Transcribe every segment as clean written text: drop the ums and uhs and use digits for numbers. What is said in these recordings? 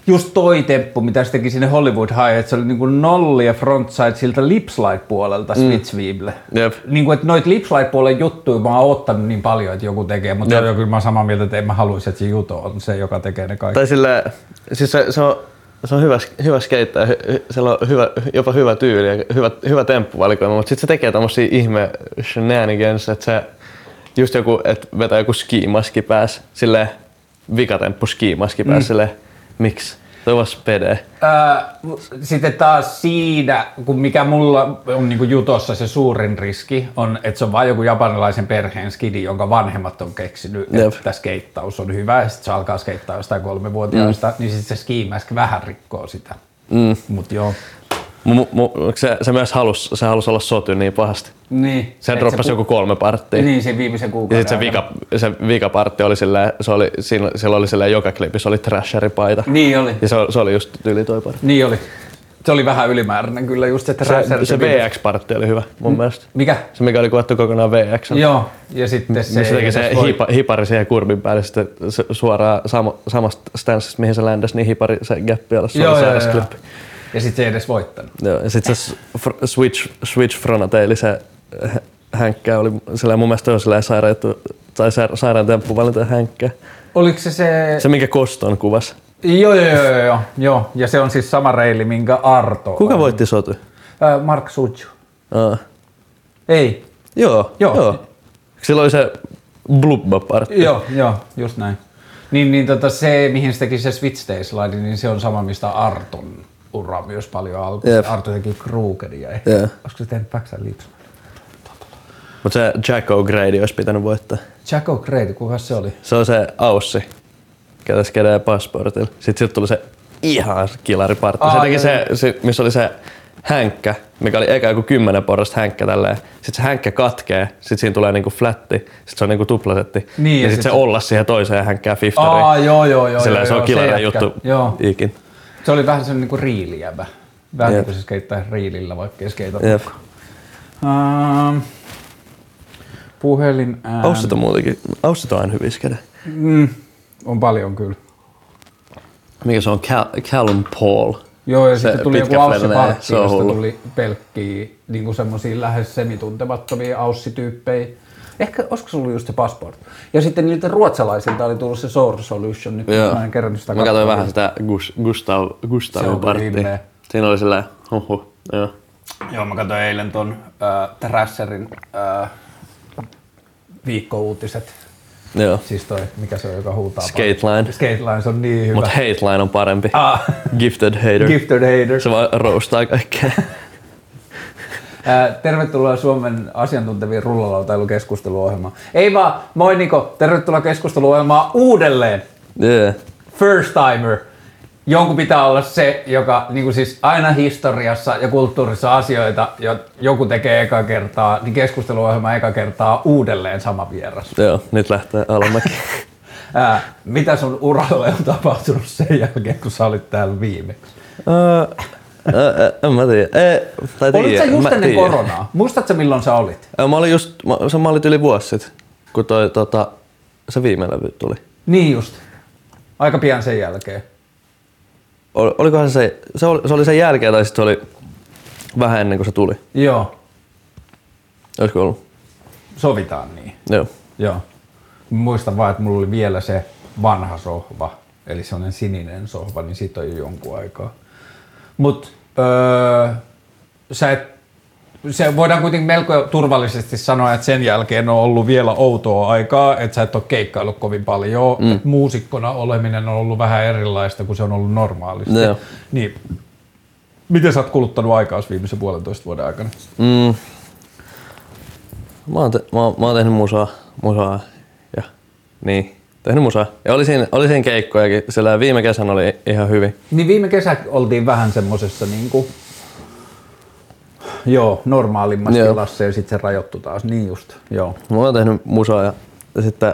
Just toi temppu, mitä se teki sinne Hollywood High, että se oli niinku nolli ja frontside siltä lipslide-puolelta Switchweavelle. Niinku, että noit lipslide-puolen juttuja mä oon ottanut niin paljon, että joku tekee, mutta kyllä mä oon samaa mieltä, että en mä haluaisi, että se Juto on se, joka tekee ne kaikki. Tai sillä, siis se on hyvä skeittää, se on jopa hyvä tyyli ja hyvä temppuvalikoima, mutta sitten se tekee tommosia ihme shenanigans, että se just joku, että vetää joku skimaski päässä, silleen vikatemppu skimaski päässä, silleen miksi? Se on vaan spede. Sitten taas siinä, kun mikä mulla on niin kuin Jutossa se suurin riski, on, että se on vain joku japanilaisen perheen skidi, jonka vanhemmat on keksinyt, että skeittaus on hyvä, ja sitten se alkaa skeittaa jostain 3-vuotiaista, niin sitten se skimask vähän rikkoo sitä. Mut joo. Se myös halusi olla soty niin pahasti. Niin. Se droppasi joku 3 parttia. Niin, sen viimeisen kuukauden. Ja sitten se vika partti oli silleen, siellä oli silleen joka klipissä oli trasheripaita. Niin oli. Ja se oli just tyyli toi partti. Niin oli. Se oli vähän ylimääräinen kyllä just se trasheri. Se VX-partti oli hyvä mun mielestä. Mikä? Se mikä oli kuvattu kokonaan VX. Joo. Ja sitten se... Se teki se hipari siihen kurbin päälle sitten suoraan samasta stanssista mihin se ländäsi, niin hipari se gappi alas. Se oli säädäs klippi. Ja sit se ei edes voittanut. Joo, ja sit se Switch Fronate, eli se hänkkää oli sellainen, mun mielestä on sellainen sairaan temppuvalinta hänkkää. Oliko se... Se minkä Koston kuvasi. Joo. Ja se on siis sama reili, minkä Arto Kuka on. Voitti soty? Mark Suju. Ei. Joo. Sillä oli se blubba-partti. Joo, just näin. Niin se, mihin se teki se Switch Day Slide, niin se on sama, mistä Arton ura myös paljon alkoi. Arto teki Krugeria. Olisiko se tehnyt Backside Lips? Mutta se Jack O'Grady olisi pitänyt voittaa. Jack O'Grady, kuka se oli? Se on se Aussi, ketä skedää Passportilla. Sitten siltä tuli se ihan kilaripartti. Se teki se, missä oli se hänkkä, mikä oli eka joku 10 porrasta hänkkä tälleen. Sitten se hänkkä katkee, sitten siinä tulee niinku flatti, sitten se on niinku tuplasetti. Niin, ja sitten se ollas siihen toiseen hänkkään fiftariin. Joo. Silleen se on kilari juttu ikin. Se oli vähän semmonen niinku riilijävä. Vähän niin kuin se skeittäisi riilillä, vaikka ei skeitatakaan. Puhelin ään. Aussit on muutenkin. Aussit on aina hyviä skedä. On paljon kyllä. Mikä se on? Callum Paul. Joo, ja sitten tuli joku Aussi-parkki, josta tuli pelkkiä niinku semmosia lähes semituntemattomia Aussi-tyyppejä. Ehkä, olisiko sulla just se Passport? Ja sitten niiltä ruotsalaisilta oli tullut se Sour Solution, nyt mä en kerran sitä katsoa. Mä katsoin vähän sitä Gustavin parttia. Siinä oli sellainen, Joo, mä katsoin eilen ton Thrasherin viikkouutiset. Joo. Siis toi, mikä se on, joka huutaa Skateline. Skateline, se on niin hyvä. Mut Hateline on parempi. Gifted Hater. Gifted Hater. Se vaan roastaa kaikkea. Tervetuloa Suomen asiantunteviin rullalautailukeskusteluohjelmaan. Ei vaan, moi Niko, tervetuloa keskusteluohjelmaan uudelleen. First timer. Jonkun pitää olla se, joka niin kuin siis aina historiassa ja kulttuurissa asioita, joku tekee eka kertaa, niin keskusteluohjelma eka kertaa uudelleen sama vieras. Joo, nyt lähtee Alamäki. Mitä sun uralle on tapahtunut sen jälkeen, kun sä olit täällä viimeksi? En mä tiedä. Olit sä just ennen koronaa? Muistatko milloin sä olit? Mä olin yli vuosi sitten, kun se viime levy tuli. Niin just. Aika pian sen jälkeen. Olikohan se oli sen jälkeen tai sitten se oli vähän ennen kuin se tuli? Joo. Olisiko ollut? Sovitaan niin. Joo. Muistan vaan, että mulla oli vielä se vanha sohva, eli sellainen sininen sohva, niin siitä on jo jonkun aikaa. Mut se voidaan kuitenkin melko turvallisesti sanoa, että sen jälkeen on ollut vielä outoa aikaa, että sä et ole keikkaillut kovin paljon. Muusikkona oleminen on ollut vähän erilaista kuin se on ollut normaalisti. Niin, miten sä oot kuluttanut aikaa viimeisen 1,5 vuoden aikana? Mä oon tehnyt musaa ja niin. Tehnyt musaa. Ja oli siinä keikkojakin, sillä viime kesän oli ihan hyvin. Niin viime kesä oltiin vähän semmosessa niinku normaalimmassa tilassa ja sitten se rajoittui taas, niin just, Mä oon tehnyt musaa ja sitten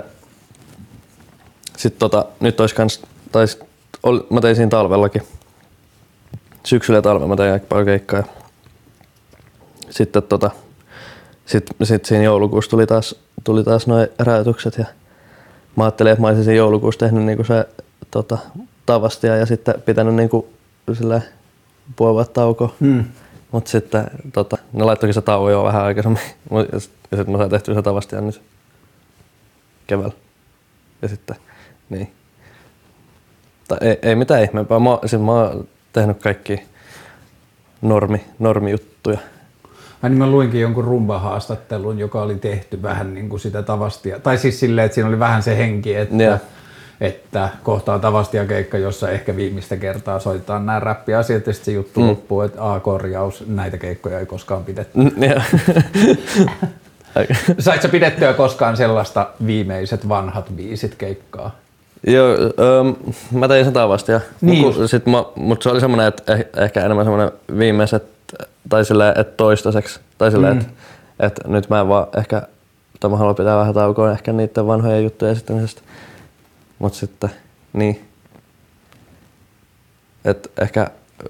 nyt ois kans, mä tein siinä talvellakin. Syksyllä ja talvella mä tein aika paljon keikkaa ja sitten sit siinä joulukuussa tuli taas noi räjäytykset ja mä ajattelin, että mä olisin siinä joulukuussa tehnyt niinku se tavastia ja sitten pitänyt niinku silleen puoli vuotta taukoa. Mut sitten ne laittoikin se tauon jo vähän aikaisemmin ja sitten mä sain tehtyä se tavastia nyt keväällä. Ja sitten niin. Ei mitään ihmeempää. Mä oon tehnyt kaikki normijuttuja. Mä luinkin jonkun rumba-haastattelun, joka oli tehty vähän niin kuin sitä tavastia. Tai siis silleen, että siinä oli vähän se henki, että kohtaa tavastia keikka, jossa ehkä viimeistä kertaa soitetaan nämä räppiasiat ja sitten se juttu loppuu, että korjaus, näitä keikkoja ei koskaan pidetty. Sait sä pidettyä koskaan sellaista viimeiset vanhat biisit keikkaa? Joo, mä tein sen tavastia. Niin. Mutta se oli semmoinen, että ehkä enemmän semmoinen viimeiset, tai silleen, että toistaiseksi. Tai silleen, että nyt mä en vaan ehkä, tai mä haluan pitää vähän taukoa ehkä niiden vanhojen juttujen esittämisestä. Mut sitten, niin. Että ehkä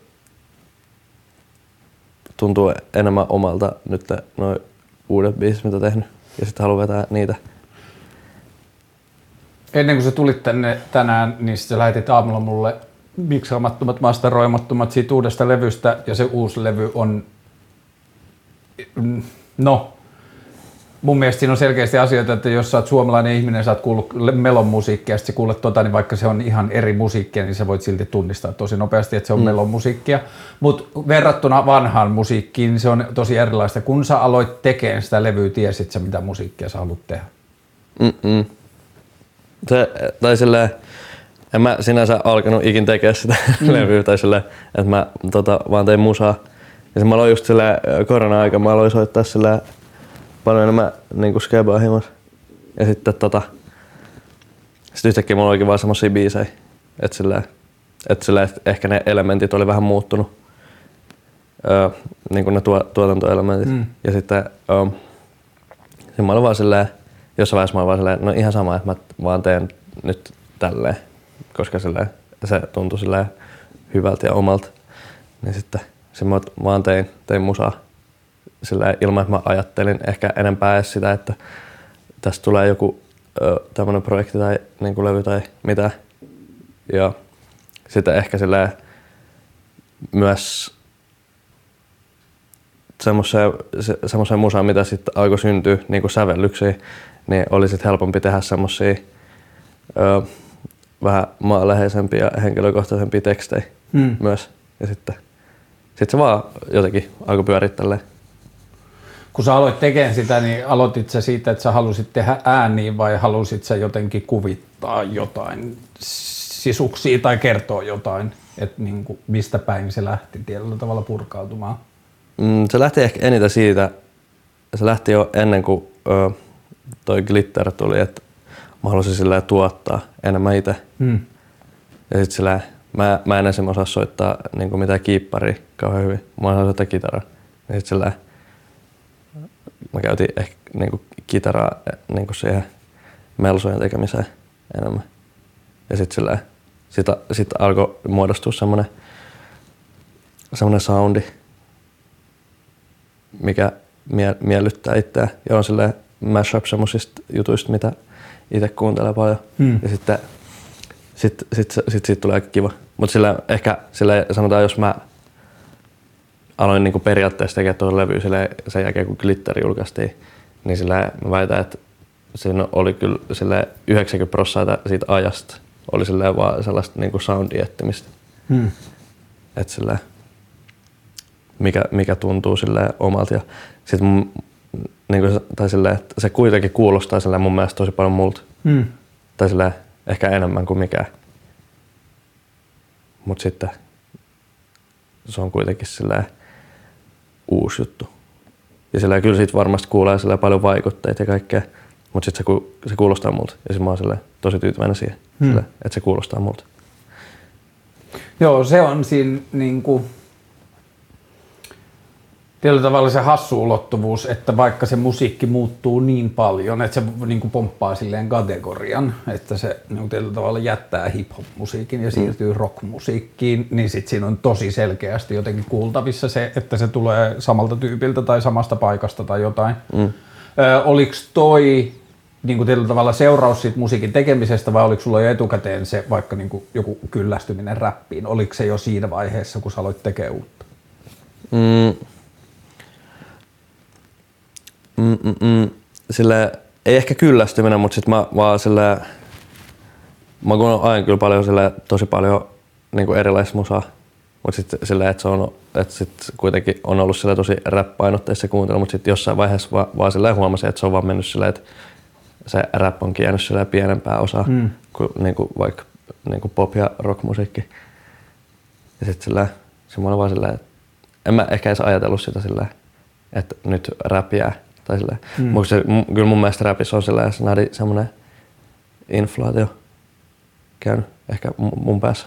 tuntuu enemmän omalta nyt noin uudet biisit, mitä tehnyt. Ja sitten haluan vetää niitä. Ennen kuin sä tulit tänne tänään, niin sä lähetit aamulla mulle miksaamattomat, masteroimattomat siitä uudesta levystä, ja se uusi levy on, no, mun mielestä siinä on selkeästi asioita, että jos sä oot suomalainen ihminen, sä oot kuullut melon musiikkia, ja sit sä kuulet niin vaikka se on ihan eri musiikkia, niin sä voit silti tunnistaa tosi nopeasti, että se on melon musiikkia. Mutta verrattuna vanhaan musiikkiin, niin se on tosi erilaista. Kun sä aloit tekemään sitä levyä, tiesit sä, mitä musiikkia sä haluat tehdä? Tai silleen, en mä sinänsä alkanut ikin tekemään sitä levyä, tai silleen, että mä vaan tein musaa. Ja mä aloin just silleen korona-aika, mä aloin soittaa silleen paljon enemmän niinku skebaa hieman. Ja sitten sit yhtäkkiä mulla olikin vaan semmosia biisejä, että ehkä ne elementit oli vähän muuttunut. Niinku ne tuotantoelementit. Ja sitten mä olin vaan silleen, jossain vaiheessa mä olin vaan silleen, no ihan sama, että mä vaan teen nyt tälleen, koska silleen, se tuntui silleen hyvältä ja omalta. Niin sitten mä vaan tein musaa silleen, ilman, että mä ajattelin ehkä enempää edes sitä, että tästä tulee joku tämmönen projekti tai niinku levy tai mitä. Ja sitten ehkä silleen myös semmoiseen musaan, mitä sitten alkoi syntyä niinku sävellyksiä, niin oli sitten helpompi tehdä semmosia vähän maanläheisempia ja henkilökohtaisempia tekstejä myös. Ja sitten se vaan jotenkin alkoi pyörittää. Kun sä aloit tekemään sitä, niin aloitit sä siitä, että sä halusit tehdä ääniä vai halusit sä jotenkin kuvittaa jotain sisuksia tai kertoa jotain, että niin kuin mistä päin se lähti tietyllä tavalla purkautumaan? Se lähti ehkä eniten siitä, se lähti jo ennen kuin toi Glitter tuli, että mä halusin silleen tuottaa enemmän itse. Ja sit silleen, mä en esimerkiksi osaa soittaa niinku mitään kiipparia kauhean hyvin. Mä osaan soittaa kitaraa. Ja sit silleen, mä käytin ehkä niinku kitaraa niinku siihen melsojen tekemiseen enemmän. Ja sit silleen, sit alkoi muodostua semmonen soundi, mikä miellyttää itseä. Ja on silleen mashup semmosista jutuista, mitä itse kuuntelee paljon. Ja sitten siitä tulee aika kiva. Mutta ehkä sanotaan, jos mä aloin niinku periaatteessa tekemään tuon levyä sen jälkeen, kun Glitter julkaistiin, niin mä väitän, että siinä oli kyllä 90% siitä ajasta oli vaan sellaista niinku soundin etsimistä. Et mikä tuntuu omalta. Ja sit niinku, tai että se kuitenkin kuulostaa mun mielestä tosi paljon multa. Tai ehkä enemmän kuin mikään. Mut sitten se on kuitenkin uusi juttu. Ja kyllä siitä varmasti kuulee paljon vaikutteita ja kaikkea. Mut sitten se kuulostaa multa. Ja sit mä oon tosi tyytyväinen siihen, että se kuulostaa multa. Joo, se on siinä niinku tietyllä tavalla se hassu ulottuvuus, että vaikka se musiikki muuttuu niin paljon, että se niinku pomppaa silleen kategorian, että se niinku tietyllä tavalla jättää hip-hop-musiikin ja siirtyy rock-musiikkiin, niin sit siinä on tosi selkeästi jotenkin kuultavissa se, että se tulee samalta tyypiltä tai samasta paikasta tai jotain. Oliks toi niin kuin tietyllä tavalla seuraus siitä musiikin tekemisestä vai oliko sulla jo etukäteen se vaikka niin kuin joku kyllästyminen räppiin? Oliko se jo siinä vaiheessa, kun sä aloit tekemään uutta? Sille ei ehkä kyllästyminen, mutta sit mä vaan sille mä kuunnellut aina kyllä paljon sille tosi paljon niinku erilaista musaa. Mut sit sille että sit kuitenkin on ollut sille tosi rap-painotteista se kuuntelu, mut sit jossain vaiheessa vaan sille huomasin, että se on vaan mennyt silleen, että se rap onkin jäänyt silleen pienempää osaa kuin niinku vaikka niinku pop- ja rockmusiikki. Ja sit silleen semmoinen vaan silleen, että en mä ehkä edes ajatellut sitä silleen, että nyt rap jää. Tai silleen. Kyllä mun mielestä rapissa on silleen semmoinen inflaatio käynyt ehkä mun päässä.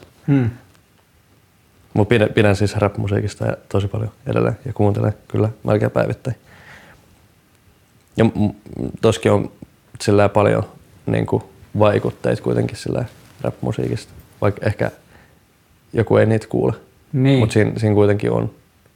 Mut pidän siis rap-musiikista tosi paljon edelleen ja kuuntelen kyllä melkein päivittäin. Ja toskin on silleen paljon niinku vaikutteita kuitenkin silleen rap-musiikista, vaikka ehkä joku ei niitä kuule. Niin. Mut siinä kuitenkin on.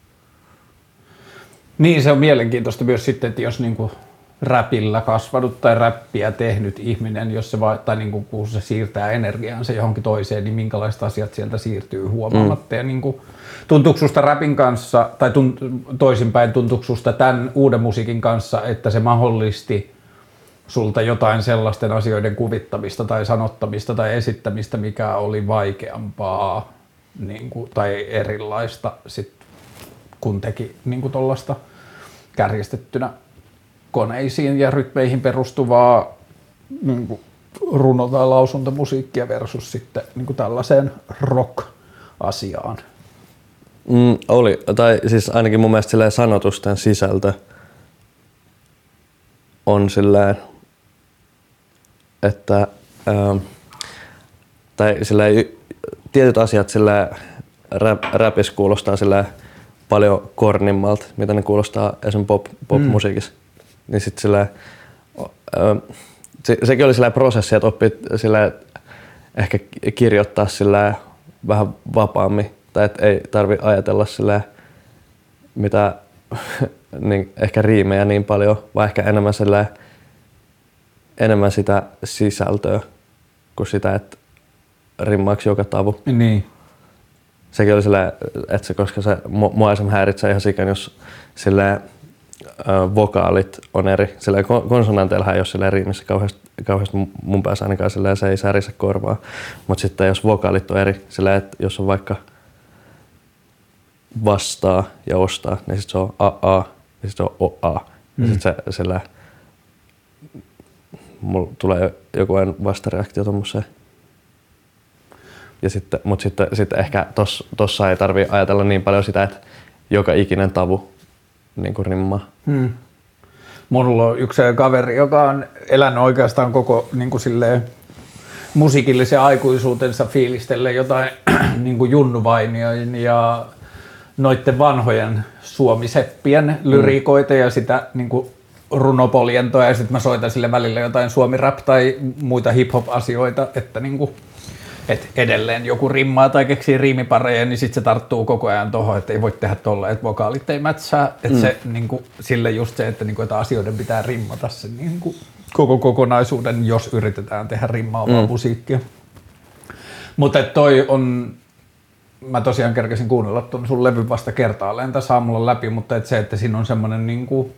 Niin, se on mielenkiintoista myös sitten, että jos niinku räpillä kasvanut tai räppiä tehnyt ihminen, jos se tai niinku, kun se siirtää energiaansa johonkin toiseen, niin minkälaiset asiat sieltä siirtyy huomaamatta. Ja niinku, tuntuuko susta räpin kanssa, tai toisinpäin tuntuuko susta tämän uuden musiikin kanssa, että se mahdollisti sulta jotain sellaisten asioiden kuvittamista tai sanottamista tai esittämistä, mikä oli vaikeampaa niinku, tai erilaista sit, kun teki niinku tollaista kärjestettynä koneisiin ja rytmeihin perustuvaa niinku runo- tai lausuntamusiikkia versus sitten niinku tällaiseen rock-asiaan? Oli, tai siis ainakin mun mielestä sanotusten sisältö on silleen, että tai silleen, tietyt asiat silleen rapissa kuulostaa silleen paljon kornimmalta, mitä ne kuulostaa esimerkiksi pop-musiikissa. Niin sit silleen, sekin oli silleen prosessi, että oppii silleen ehkä kirjoittaa silleen vähän vapaammin. Tai että ei tarvi ajatella silleen mitä niin ehkä riimejä niin paljon, vaan ehkä enemmän sitä sisältöä kuin sitä, että rimmaaks joka tavu. Niin. Sekin oli silleen, että se, koska se mua esimerkiksi häiritsee ihan sikan, jos silleen vokaalit on eri. Silleen konsonanteillähän ei ole silleen riimissä kauheasti mun päässä ainakaan silleen, se ei särise korvaa. Mutta sitten jos vokaalit on eri, silleen, että jos on vaikka vastaa ja ostaa, niin sitten se on a ja sitten se on o-a. Ja sitten se silleen, mulla tulee joku vastareaktio tommoseen. Ja mutta sitten ehkä tossa ei tarvii ajatella niin paljon sitä, että joka ikinen tavu niin kuin rimmaa. Mulla on yksi kaveri, joka on elänyt oikeastaan koko niin kuin silleen, musiikillisen aikuisuutensa fiilistellen jotain niin kuin Junnu Vainioin ja noitten vanhojen suomiseppien lyriikoita ja sitä niin kuin runopoljentoa ja sitten mä soitan sille välillä jotain suomi-rap tai muita hip-hop-asioita, että niin kuin että edelleen joku rimmaa tai keksii riimipareja, niin sitten se tarttuu koko ajan tuohon, että ei voi tehdä tolleen, että vokaalit ei mätsää. Että se, niinku, sille just se, että, niinku, että asioiden pitää rimmata sen niinku, koko kokonaisuuden, jos yritetään tehdä rimmaavaa musiikkia. Mutta toi on, mä tosiaan kerkesin kuunnella tuon sun levyn vasta kertaalleen tässä aamulla läpi, mutta et se, että siinä on semmoinen niinku,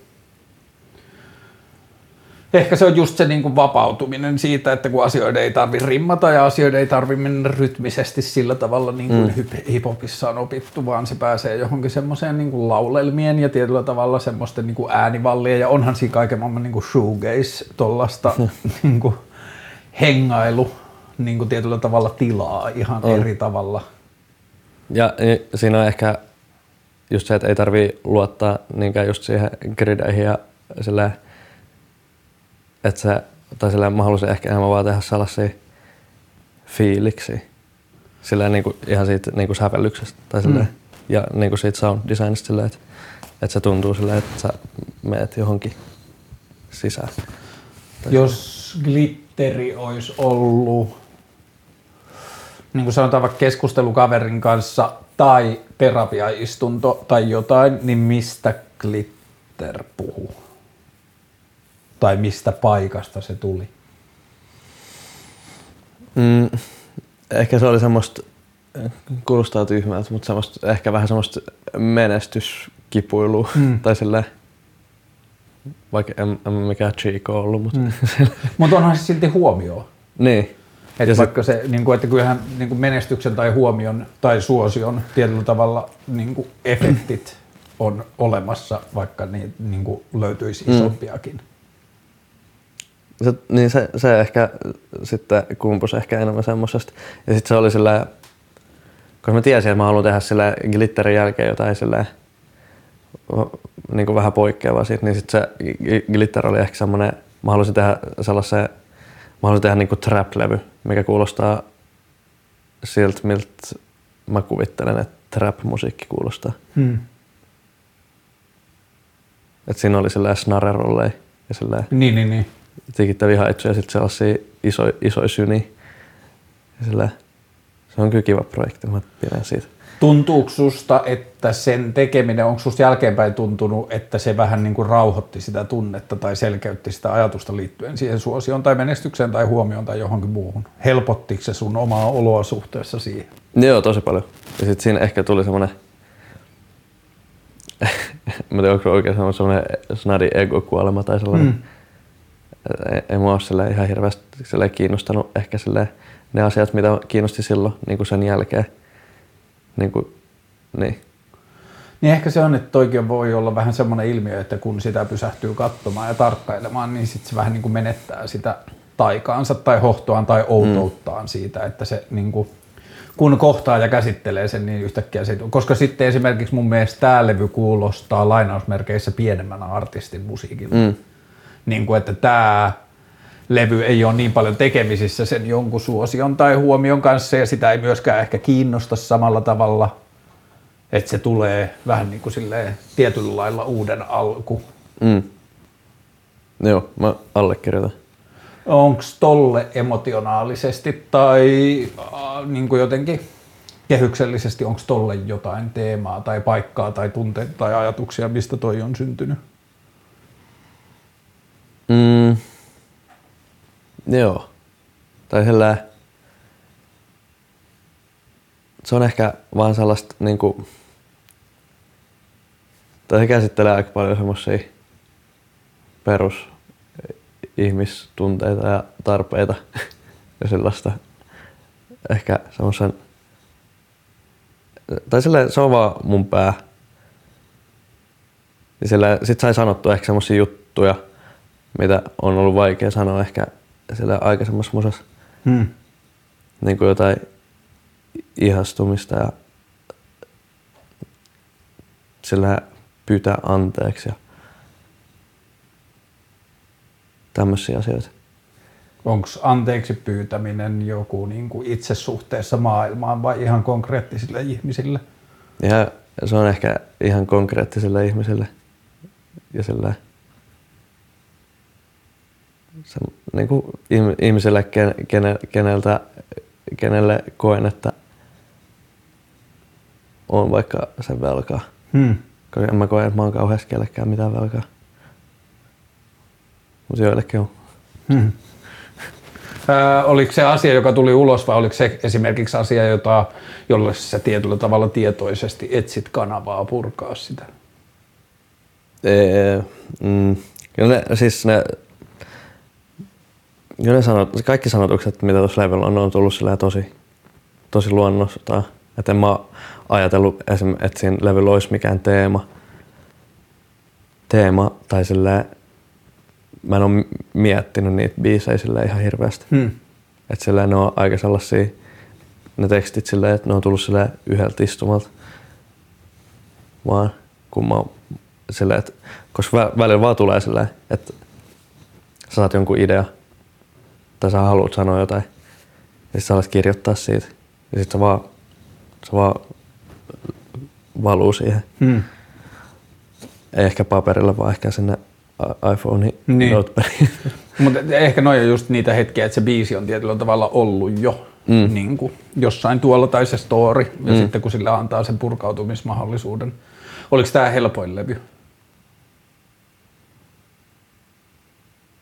ehkä se on just se niin kuin vapautuminen siitä, että kun asioiden ei tarvitse rimmata ja asioiden ei tarvitse mennä rytmisesti sillä tavalla niin kuin hip-hopissa on opittu, vaan se pääsee johonkin semmoiseen niin kuin laulelmien ja tietyllä tavalla semmoisten niin kuin äänivallien ja onhan siinä kaiken maailman niin kuin shoegaze, tollaista niin kuin hengailu niin kuin tietyllä tavalla tilaa ihan eri tavalla. Ja siinä on ehkä just se, että ei tarvitse luottaa niinkään just siihen grideihin ja silleen, että se, tai silleen mä haluaisin ehkä enemmän vaan tehdä sellaisia fiiliksiä. Silleen niinku ihan siitä niinku sävellyksestä tai silleen. Ja niinku siitä sound designista silleen, että se tuntuu silleen, että sä meet johonkin sisään. Jos glitteri olisi ollut, niin kuin sanotaan vaikka keskustelukaverin kanssa tai terapiaistunto tai jotain, niin mistä glitter puhuu? tai mistä paikasta se tuli? Ehkä se oli semmoista, kuulostaa tyhmältä, mutta semmoista, ehkä vähän semmoista menestyskipuilua tai silleen, vaikka en mikään Chico ollut, mutta Mutta onhan se silti huomioon. Niin. Että vaikka se, niin että kyllähän niin menestyksen tai huomion tai suosion tietyllä tavalla niin efektit on olemassa, vaikka niitä niin löytyisi isompiakin. Se ehkä sitten kumpusi ehkä enemmän semmosesta. Ja sitten se oli silleen, koska mä tiesin, että mä haluan tehdä silleen glitterin jälkeen jotain silleen niin vähän poikkeavaa siitä, niin sitten se glitter oli ehkä semmonen, mä halusin tehdä niinku trap-levy, mikä kuulostaa siltä, miltä mä kuvittelen, että trap-musiikki kuulostaa. Et siinä oli silleen snare-rolleja ja silleen Niin. tikittäviä haitsuja ja sitten sellaisia isoja syniä. Ja silleen, se on kyllä kiva projekti, mä pidän siitä. Tuntuuko susta, että sen tekeminen, onko susta jälkeenpäin tuntunut, että se vähän niin kuin rauhoitti sitä tunnetta tai selkeytti sitä ajatusta liittyen siihen suosioon tai menestykseen tai huomioon tai johonkin muuhun? Helpottiko se sun omaa oloa suhteessa siihen? Joo, tosi paljon. Ja sitten siinä ehkä tuli semmoinen, mä tiedän, onko oikein semmoinen snadi ego-kuolema tai sellainen. Ei mua ole ihan hirveästi kiinnostanut ehkä ne asiat, mitä kiinnosti silloin niin kuin sen jälkeen. Niin. Niin ehkä se on, että toikin voi olla vähän semmoinen ilmiö, että kun sitä pysähtyy katsomaan ja tarkkailemaan, niin sitten se vähän niin kuin menettää sitä taikaansa tai hohtoaan tai outouttaan siitä, että se niin kuin, kun kohtaa ja käsittelee sen, niin yhtäkkiä se, koska sitten esimerkiksi mun mielestä tämä levy kuulostaa lainausmerkeissä pienemmän artistin musiikilta. Niin kuin, että tämä levy ei ole niin paljon tekemisissä sen jonkun suosion tai huomion kanssa ja sitä ei myöskään ehkä kiinnosta samalla tavalla, että se tulee vähän niin kuin silleen tietyllä lailla uuden alku. Joo, mä allekirjoitan. Onko tolle emotionaalisesti tai niin kuin jotenkin kehyksellisesti, onko tolle jotain teemaa tai paikkaa tai tunteita tai ajatuksia, mistä toi on syntynyt? Joo. Tai sellainen, se on ehkä vaan sellaista niinku, tai se käsittelee aika paljon semmosia perus ihmistunteita ja tarpeita ja sellaista ehkä semmoisen, tai silleen, se on vaan mun pää. Ja sit sai sanottua ehkä semmosia juttuja, mitä on ollut vaikea sanoa ehkä sillä aikaisemmassa musassa. Niin kuin jotain ihastumista ja sillä pyytää anteeksi ja tämmöisiä asioita. Onko anteeksi pyytäminen joku niin kuin itse suhteessa maailmaan vai ihan konkreettisille ihmisille? Ja se on ehkä ihan konkreettisille ihmisille ja sillä niin kuin ihmiselle, kenelle koen, että on vaikka sen velkaa. Koska en mä koe, että mä oon kauheasti kellekään mitään velkaa. Mutta joillekin on. Oliko se asia, joka tuli ulos vai oliko se esimerkiksi asia, jolle sä tietyllä tavalla tietoisesti etsit kanavaa purkaa sitä? Kaikki sanotukset, mitä tuossa levyllä on tullut tosi luonnostaan. Että en mä ajatellut, että siinä levyllä olisi mikään teema tai silleen, mä en ole miettinyt niitä biisejä silleen ihan hirveästi. Että silleen ne on aika sellaisia, ne tekstit silleen, että ne on tullut silleen yhdeltä istumalta. Vaan kun mä silleen, että koska välillä vaan tulee silleen, että sä saat jonkun idea tai sä haluat sanoa jotain ja sit sä alat kirjoittaa siitä ja sit se vaan valuu siihen. Ei ehkä paperilla, vaan ehkä sinne iPhoneen notepadille. Mutta ehkä noi on just niitä hetkiä, että se biisi on tietyllä tavalla ollut jo niin kuin jossain tuolla tai se story ja sitten kun sille antaa sen purkautumismahdollisuuden. Oliko tää helpoin levy?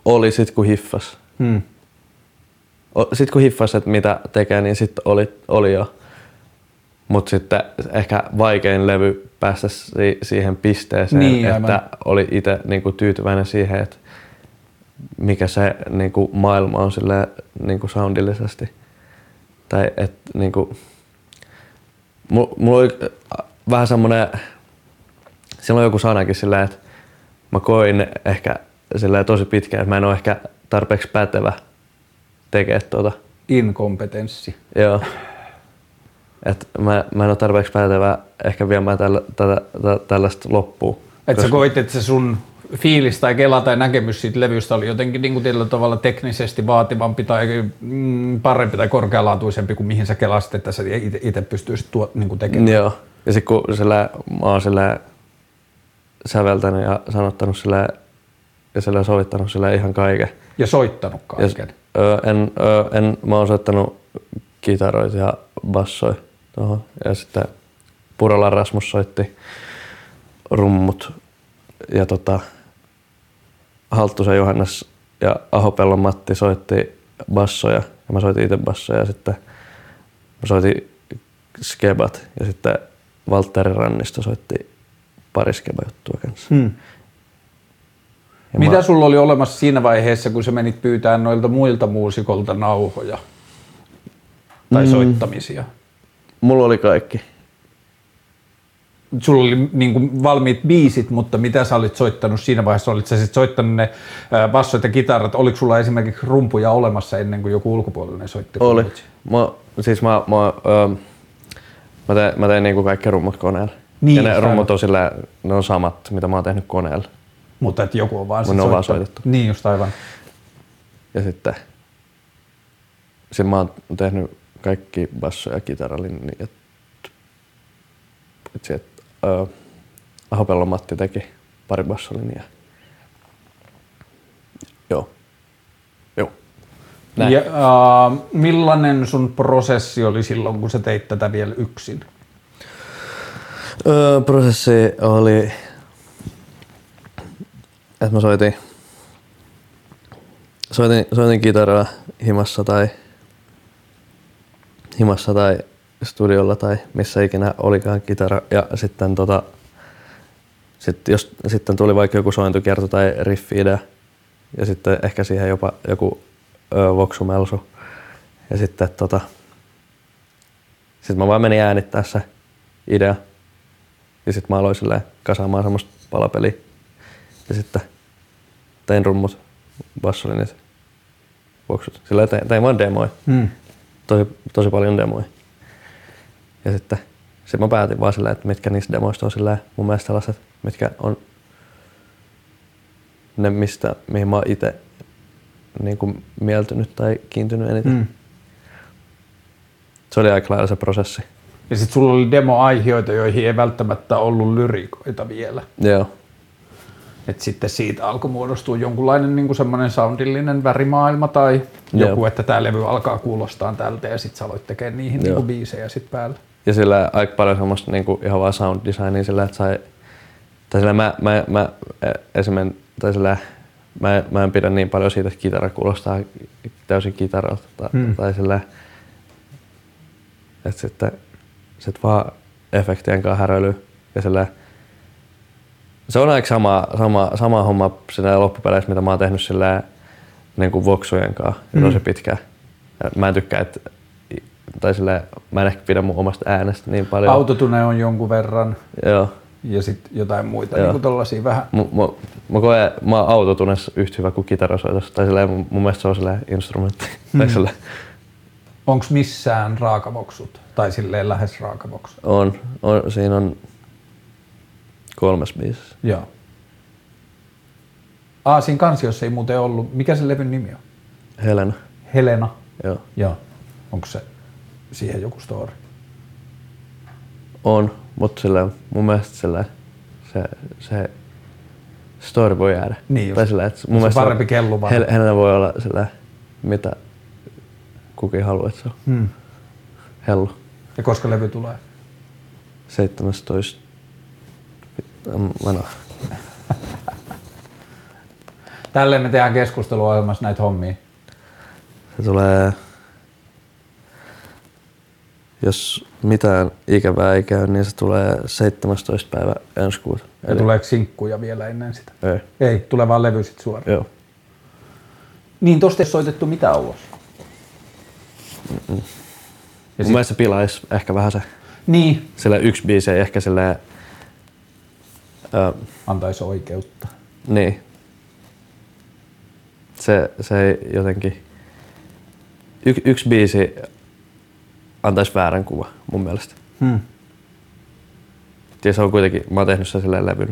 oli sit kun hiffas. Sitten kun hiffasi, että mitä tekee, niin sitten oli jo. Mutta sitten ehkä vaikein levy päästä siihen pisteeseen, niin, että aivan. Oli itse niinku tyytyväinen siihen, että mikä se niinku maailma on silleen, niinku soundillisesti. Tai että niinku, mulla oli vähän semmonen, silloin joku sanakin silleen, että mä koin ehkä silleen tosi pitkään, että mä en ole ehkä tarpeeksi pätevä tekee Inkompetenssi. Joo. Et mä en ole tarpeeksi pätevä ehkä viemään tällaista loppuun. Et sä koit, että se sun fiilis tai kela tai näkemys siitä levystä oli jotenkin niin kuin tietyllä tavalla teknisesti vaativampi tai parempi tai korkealaatuisempi kuin mihin sä kelasit, että sä itse pystyisit niin tekemään. Joo. Ja sit kun mä oon säveltänyt ja sanottanut ja sovittanut ihan kaiken. Ja soittanut kaiken. Mä oon soittanut kitaroita ja bassoja tuohon. Ja sitten Purolan Rasmus soitti rummut. Ja Halttusen Johannes ja Ahopellon Matti soitti bassoja. Ja mä soitin itse bassoja ja sitten mä soitin skebat. Ja sitten Valtteri Rannisto soitti pari skeba-juttua kanssa. Mitä sulla oli olemassa siinä vaiheessa, kun sä menit pyytämään noilta muilta muusikolta nauhoja tai soittamisia? Mulla oli kaikki. Sulla oli niin kuin valmiit biisit, mutta mitä sä olit soittanut siinä vaiheessa? Olit sä sitten soittanut ne bassot ja kitarat? Oliko sulla esimerkiksi rumpuja olemassa ennen kuin joku ulkopuolinen soitti? Oli. Mä tein niin kuin kaikki rummut koneella. Niin, ja ne rummut on ne on samat, mitä mä oon tehnyt koneella. Mutta että joku on vaan soitettu. Niin just aivan. Ja sitten mä oon tehnyt kaikki basso- ja kitaralinjat. Ahopellon Matti teki pari bassolinjaa. Joo. Näin. Ja, millainen sun prosessi oli silloin, kun sä teit tätä vielä yksin? Prosessi oli, että mä soitin kitaraa himassa tai studiolla tai missä ikinä olikaan kitara. Ja sitten sitten tuli vaikka joku sointukierto tai riffi-idea ja sitten ehkä siihen jopa joku voksumelsu. Ja sitten sit mä vaan menin äänittää se idea. Ja sitten mä aloin kasaamaan semmoista palapeliä. Ja sitten tein rummut, bassolinjat, voksut. Tein vaan demoja. Tosi paljon demoja. Ja sitten mä päätin vaan että mitkä niistä demoista on mun mielestä sellaiset, mitkä on ne, mihin mä oon itse niin mieltynyt tai kiintynyt eniten. Se oli aika lailla se prosessi. Ja sit sulla oli demoaihioita, joihin ei välttämättä ollut lyrikoita vielä. Joo. Et sitten siitä alkoi muodostua jonkunlainen niin kuin semmoinen soundillinen värimaailma tai joku, että tää levy alkaa kuulostaa tältä ja sit sä aloit tekemään niihin niin kuin biisejä sit päälle. Ja sillä aika paljon semmoista niin kuin ihan vaan sound designia sillä, että mä en pidä niin paljon siitä, että kitara kuulostaa täysin kitaralta tai sillä, että sitten vaan efektien kanssa häröilyy ja sillä. Se on aika sama homma siinä loppupeleissä, mitä mä oon tehnyt sillä niin kuin voksujen kanssa tosi pitkään. Ja mä en tykkää, mä en ehkä pidä mun omasta äänestä niin paljon. Autotune on jonkun verran. Joo. Ja sitten jotain muita niin kuin tollasia vähän. Mä oon autotunessa yhtä hyvä kuin kitarasoitus. Tai mun mielestä se on instrumentti. Onks missään raakavoksut? Tai silleen lähes raakavoksut? On. Siinä on 3 biisissä. Joo. Siinä kansiossa ei muuten ollut. Mikä se levyn nimi on? Helena. Helena? Joo. Onko se siihen joku story? On, mutta mun mielestä se story voi jäädä. Niin just. Se on parempi kellu vaan. Helena voi olla mitä kukin haluaa, että se on. Hellu. Ja koska levy tulee? 17. Tälleen me tehdään keskusteluohjelmassa näitä hommia. Se tulee, jos mitään ikävää ei käy, niin se tulee 17. päivä ensi kuuta. Ja tuleeko sinkkuja vielä ennen sitä? Ei. Tulee vaan levy sit suoraan. Joo. Niin tosta ei soitettu mitään ulos. Mun mielestä se pilaisi ehkä vähän se. Niin. Sillä yksi biisi ei ehkä silleen... antaisi oikeutta. Niin. Se ei jotenkin... Yksi biisi antaisi väärän kuvan mun mielestä. Ja se on kuitenkin, mä oon tehnyt sen silleen levynä.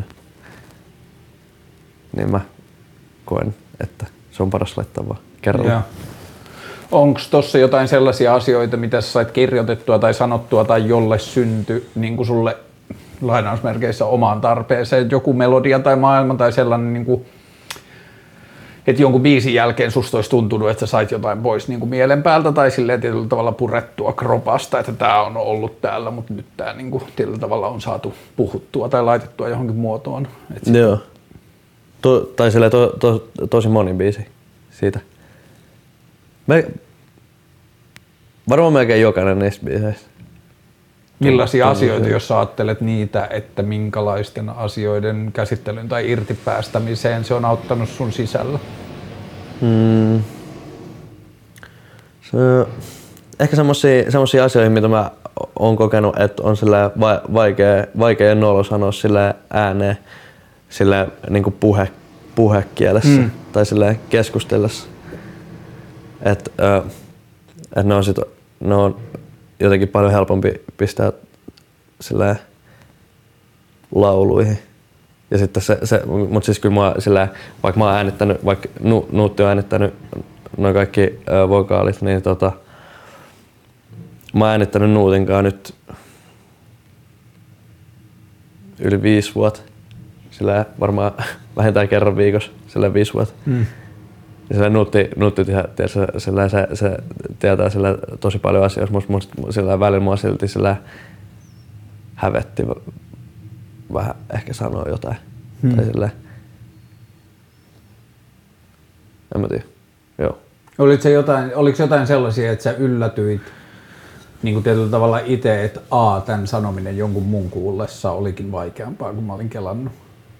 Niin mä koen, että se on paras laittaa vaan kerralla. Onko tossa jotain sellaisia asioita, mitä sä sait kirjoitettua tai sanottua tai jolle syntyi niin kuin sulle lainausmerkeissä omaan tarpeeseen joku melodia tai maailma tai sellainen, niin kuin, että jonkun biisin jälkeen susta olisi tuntunut, että sä sait jotain pois niin kuin mielen päältä tai silleen tietyllä tavalla purettua kropasta, että tää on ollut täällä, mutta nyt tää niin kuin tietyllä tavalla on saatu puhuttua tai laitettua johonkin muotoon. Joo. Tai silleen tosi moni biisi siitä. Varmaan melkein jokainen niistä biiseistä. Millaisia asioita, jos sä ajattelet niitä, että minkälaisten asioiden käsittelyyn tai irtipäästämiseen se on auttanut sun sisällä? Ehkä semmosia asioita, mitä mä oon kokenut, että on vaikea nolo sanoa sillä ääneen, sillä niinku puhekielessä tai sillä keskustellessa. Että ne on jotenkin paljon helpompi pistää sillä lauluihin. Ja sitten mut siis kyllä mä sillä, vaikka mä oon äänittänyt, vaikka Nuutti on äänittänyt noin kaikki vokaalit, niin mä oon äänittänyt Nuutinkaan nyt yli 5 vuotta. Sillä varmaan vähintään kerran viikossa, sillä 5 vuotta. Ja sillä Nuutti se tietää sillä tosi paljon asioita, mutta sillä välillä mua silti sillä hävetti vähän ehkä sanoa jotain. Tai sillä, en mä tiedä. Joo. Oliko jotain sellaisia, että sä yllätyit niin kuin tietyllä tavalla itse, että tämän sanominen jonkun muun kuullessa olikin vaikeampaa kuin mä olin kelannut?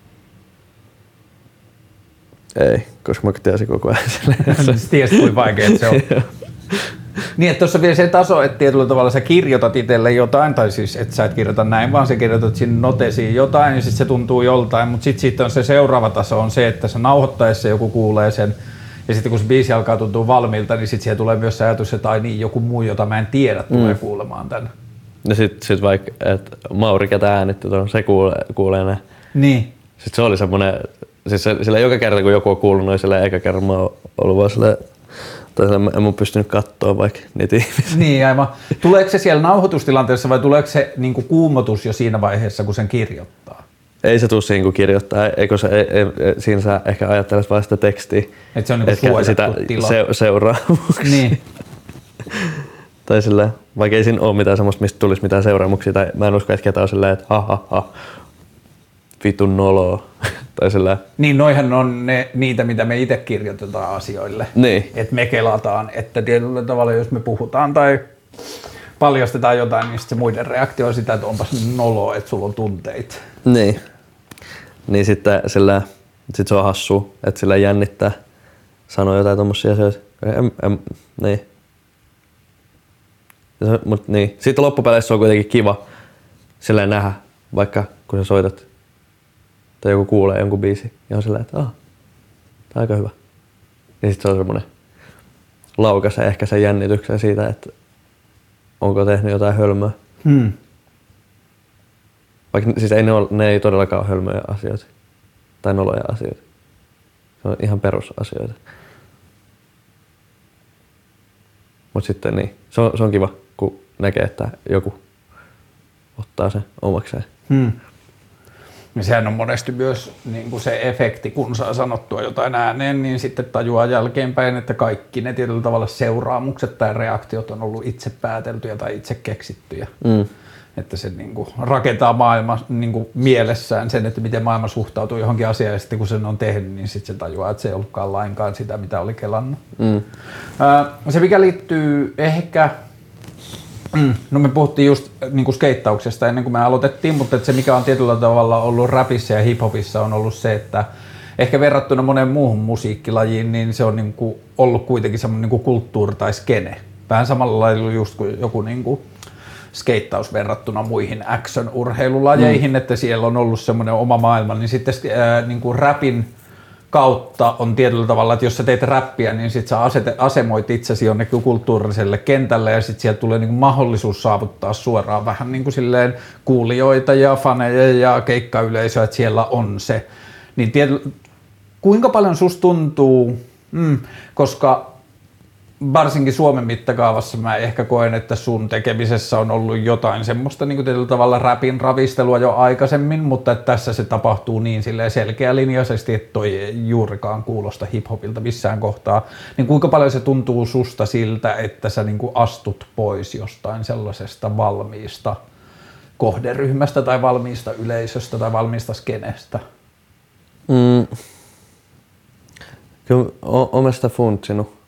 Ei, koska mä tiesin koko ajan silleen. Tiesit, kuinka vaikeaa se on. Niin, että tuossa vielä se taso, että tietyllä tavalla sä kirjoitat itselle jotain, tai siis että sä et kirjoita näin, vaan sä kirjoitat sinne notesiin jotain, ja sitten se tuntuu joltain, mutta sitten on se seuraava taso on se, että sä nauhoittaessa joku kuulee sen, ja sitten kun se biisi alkaa tuntua valmiilta, niin sitten siihen tulee myös se ajatus, että ai niin, joku muu, jota mä en tiedä, tulee kuulemaan tän. Ja sitten vaikka, että Mauri, ketä äänitti tuon, se kuulee ne. Niin. Sitten se oli semmoinen, siis sillä joka kerta kun joku on kuullut noin sillä eka kerran mä oon ollut vaan silleen, tai en mä pystynyt katsoa vaikka niitä ihmisiä. Niin aivan. Tuleeko se siellä nauhoitustilanteessa vai tuleeko se niinku kuumotus jo siinä vaiheessa, kun sen kirjoittaa? Ei se tule siinä kun kirjoittaa, eikö se, siinä sä ehkä ajattelet vaan sitä tekstiä. Että se on niinku suojattu tila. Seuraamuksia. Niin. Tai silleen, vaikka ei siinä ole mitään semmoista, mistä tulisi mitään seuraamuksia, tai mä en usko, että ketään on silleen, että ha, vitun noloa. Tai silleen. Niin, noihän on niitä, mitä me itse kirjoitetaan asioille. Niin. Että me kelataan, että tietyllä tavalla jos me puhutaan tai paljastetaan jotain, niin se muiden reaktio on sitä, että onpas noloa, että sulla on tunteita. Niin. Niin sitten sit se on hassua, että sillä jännittää sanoa jotain tommosia asioita. Niin. Mut niin. Sitten loppupeleissä on kuitenkin kiva silleen nähdä, vaikka kun sä soitat tai joku kuulee jonkun biisin ja on silleen, että tää on aika hyvä. Ja sit se on semmonen laukaisee ehkä sen jännityksen siitä, että onko tehnyt jotain hölmöä. Vaikka siis ne ei todellakaan ole hölmöjä asioita tai noloja asioita. Se on ihan perusasioita. Mut sitten niin, se on kiva, kun näkee, että joku ottaa sen omakseen. Ja sehän on monesti myös niin kuin se efekti, kun saa sanottua jotain ääneen, niin sitten tajuaa jälkeenpäin, että kaikki ne tietyllä tavalla seuraamukset tai reaktiot on ollut itse pääteltyjä tai itse keksittyjä. Että se niin kuin rakentaa maailma niin kuin mielessään sen, että miten maailma suhtautuu johonkin asiaan, ja sitten kun sen on tehnyt, niin sitten se tajuaa, että se ei ollutkaan lainkaan sitä, mitä oli kelannut. Se mikä liittyy ehkä, no me puhuttiin just niin kuin skeittauksesta ennen kuin me aloitettiin, mutta se mikä on tietyllä tavalla ollut rapissa ja hiphopissa on ollut se, että ehkä verrattuna moneen muuhun musiikkilajiin, niin se on niin kuin ollut kuitenkin semmoinen niin kuin kulttuuri tai skene. Vähän samalla lailla just kuin joku niin kuin skeittaus verrattuna muihin action-urheilulajeihin, että siellä on ollut semmoinen oma maailma, niin sitten niin kuin rapin kautta on tietyllä tavalla, että jos sä teet räppiä, niin sit sä asemoit itsesi jonnekin kulttuuriselle kentälle ja sit sieltä tulee niin kuin mahdollisuus saavuttaa suoraan vähän niin kuin silleen kuulijoita ja faneja ja keikkayleisöä, että siellä on se. Niin kuinka paljon susta tuntuu, koska varsinkin Suomen mittakaavassa mä ehkä koen, että sun tekemisessä on ollut jotain semmoista niin kuin tietyllä tavalla räpin ravistelua jo aikaisemmin, mutta että tässä se tapahtuu niin selkeälinjaisesti, että toi ei juurikaan kuulosta hiphopilta missään kohtaa. Niin kuinka paljon se tuntuu susta siltä, että sä niin kuin astut pois jostain sellaisesta valmiista kohderyhmästä tai valmiista yleisöstä tai valmiista skenestä? Kyllä olen sitä funtsinut.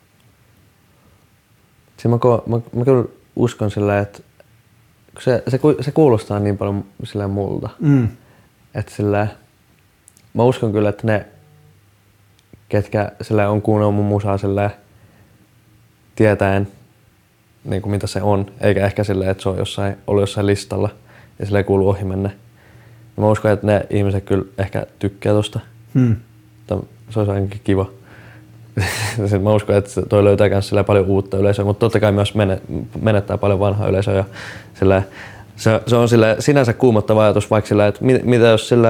Mä kyllä uskon sillä, että se kuulostaa niin paljon sillä multa. Että sillä, mä uskon kyllä, että ne, ketkä sillä on kuunnellut mun musaa sillä tietäen, niin kuin mitä se on, eikä ehkä sillä, että se on ollut jossain listalla ja sillä ei kuulu ohi mennä. Ja mä uskon, että ne ihmiset kyllä ehkä tykkää tosta. Se olisi ainakin kiva. Mä uskon, että toi löytää myös paljon uutta yleisöä, mutta totta kai myös menettää paljon vanhaa yleisöä. Ja se on sinänsä kuumottava ajatus, vaikka sillä, että mitä